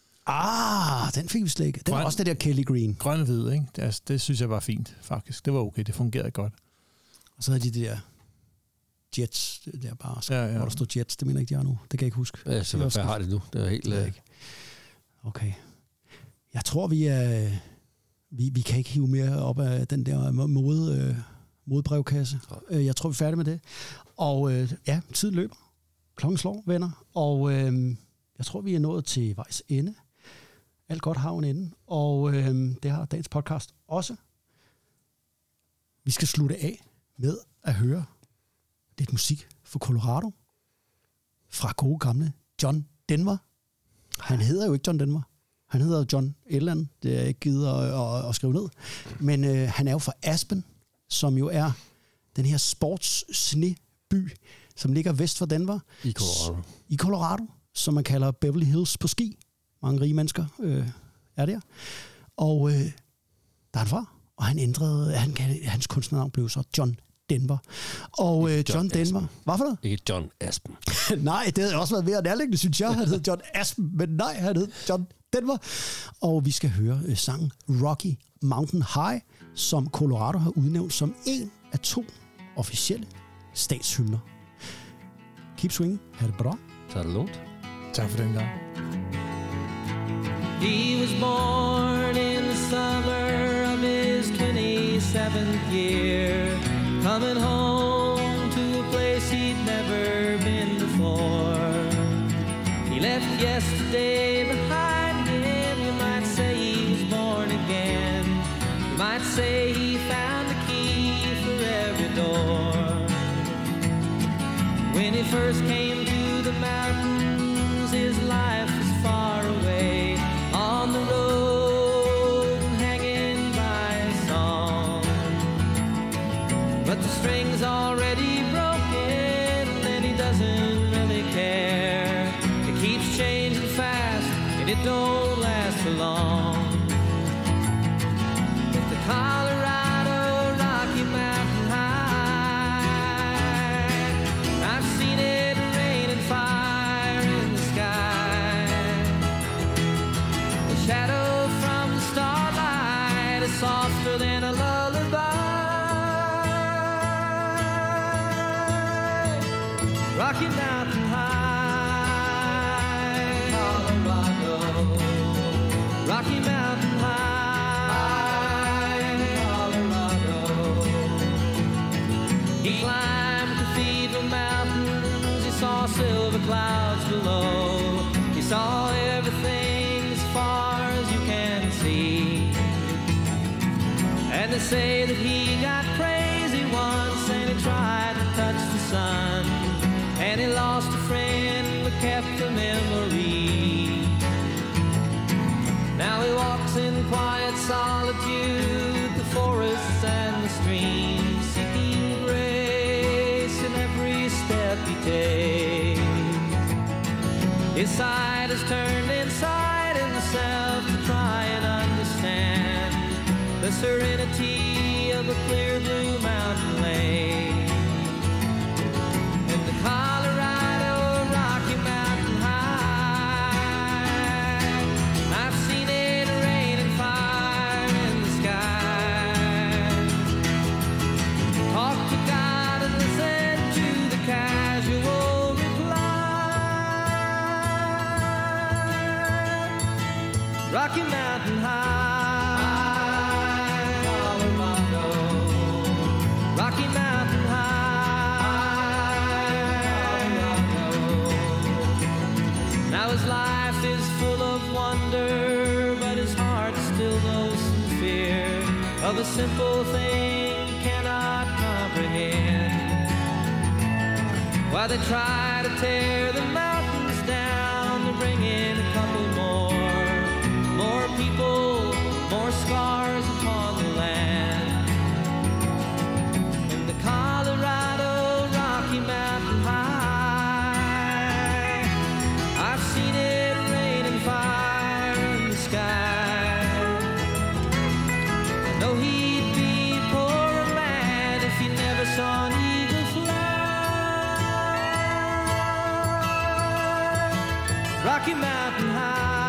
Den fik vi slet ikke. Den var også det der Kelly Green. Grøn og hvid, ikke? Det synes jeg var fint, faktisk. Det var okay, det fungerede godt. Og så havde de der Jets, det der bare, hvor der stod Jets, det mener jeg ikke, de har nu. Det kan jeg ikke huske. Ja, så hvad har det nu? Det er helt... Okay. Jeg tror, vi kan ikke hive mere op af den der modebrevkasse. Jeg tror, vi er færdige med det. Og tiden løber. Klokken slår, venner. Og jeg tror, vi er nået til vejs ende. Alt godt har en ende. Og det har dagens podcast også. Vi skal slutte af med at høre lidt musik fra Colorado. Fra gode gamle John Denver. Han hedder jo ikke John Denver. Han hedder John Elland, det er jeg ikke givet at skrive ned. Men han er jo fra Aspen, som jo er den her sportssneby, som ligger vest for Denver. I Colorado, som man kalder Beverly Hills på ski. Mange rige mennesker er der. Og der er han fra, og han ændrede, hans kunstnernavn blev så John Denver. Og John Denver... Hvad for noget? Ikke John Aspen. Nej, det havde også været mere nærliggende, synes jeg. Han hed John Aspen, men nej, han hed John Denver. Og vi skal høre sangen Rocky Mountain High, som Colorado har udnævnt som en af 2 officielle statshymner. Keep swinging. Ha' det bra. Så er det lånt. Tak for den gang. He was born in the summer of his 27th year, coming home to a place he'd never been before. He left yesterday behind him. You might say he was born again. You might say he found the key for every door. When he first came to the mountains, his life was far away on the road, hanging by a song. But the string's already broken and he doesn't really care. It keeps changing fast and it don't last for long. But the Colorado Rocky Mountain High, I've seen it rain and fire in the sky. The shadow from the starlight is softer than a lullaby. Rocky Mountain High, Colorado. Rocky Mountain High, Colorado. He climbed Cathedral Mountains. He saw silver clouds below. He saw everything as far as you can see. And they say that he got crazy once and he tried to touch the sun. And he lost a friend but kept a memory. Now he walks in quiet solitude, the forests and the streams, seeking grace in every step he takes. His side is turned inside himself to try and understand the serenity of a clear blue mountain lake. And the Colorado Rocky Mountain High, Rocky Mountain High, Colorado, Rocky Mountain High, Colorado. Now his life is full of wonder, but his heart still knows some fear of a simple thing he cannot comprehend. While they try to tear the mountains down to bring in a couple more people, more scars upon the land. In the Colorado Rocky Mountain High, I've seen it rain and fire in the sky. I know he'd be a poorer man if he never saw an eagle fly. Rocky Mountain High.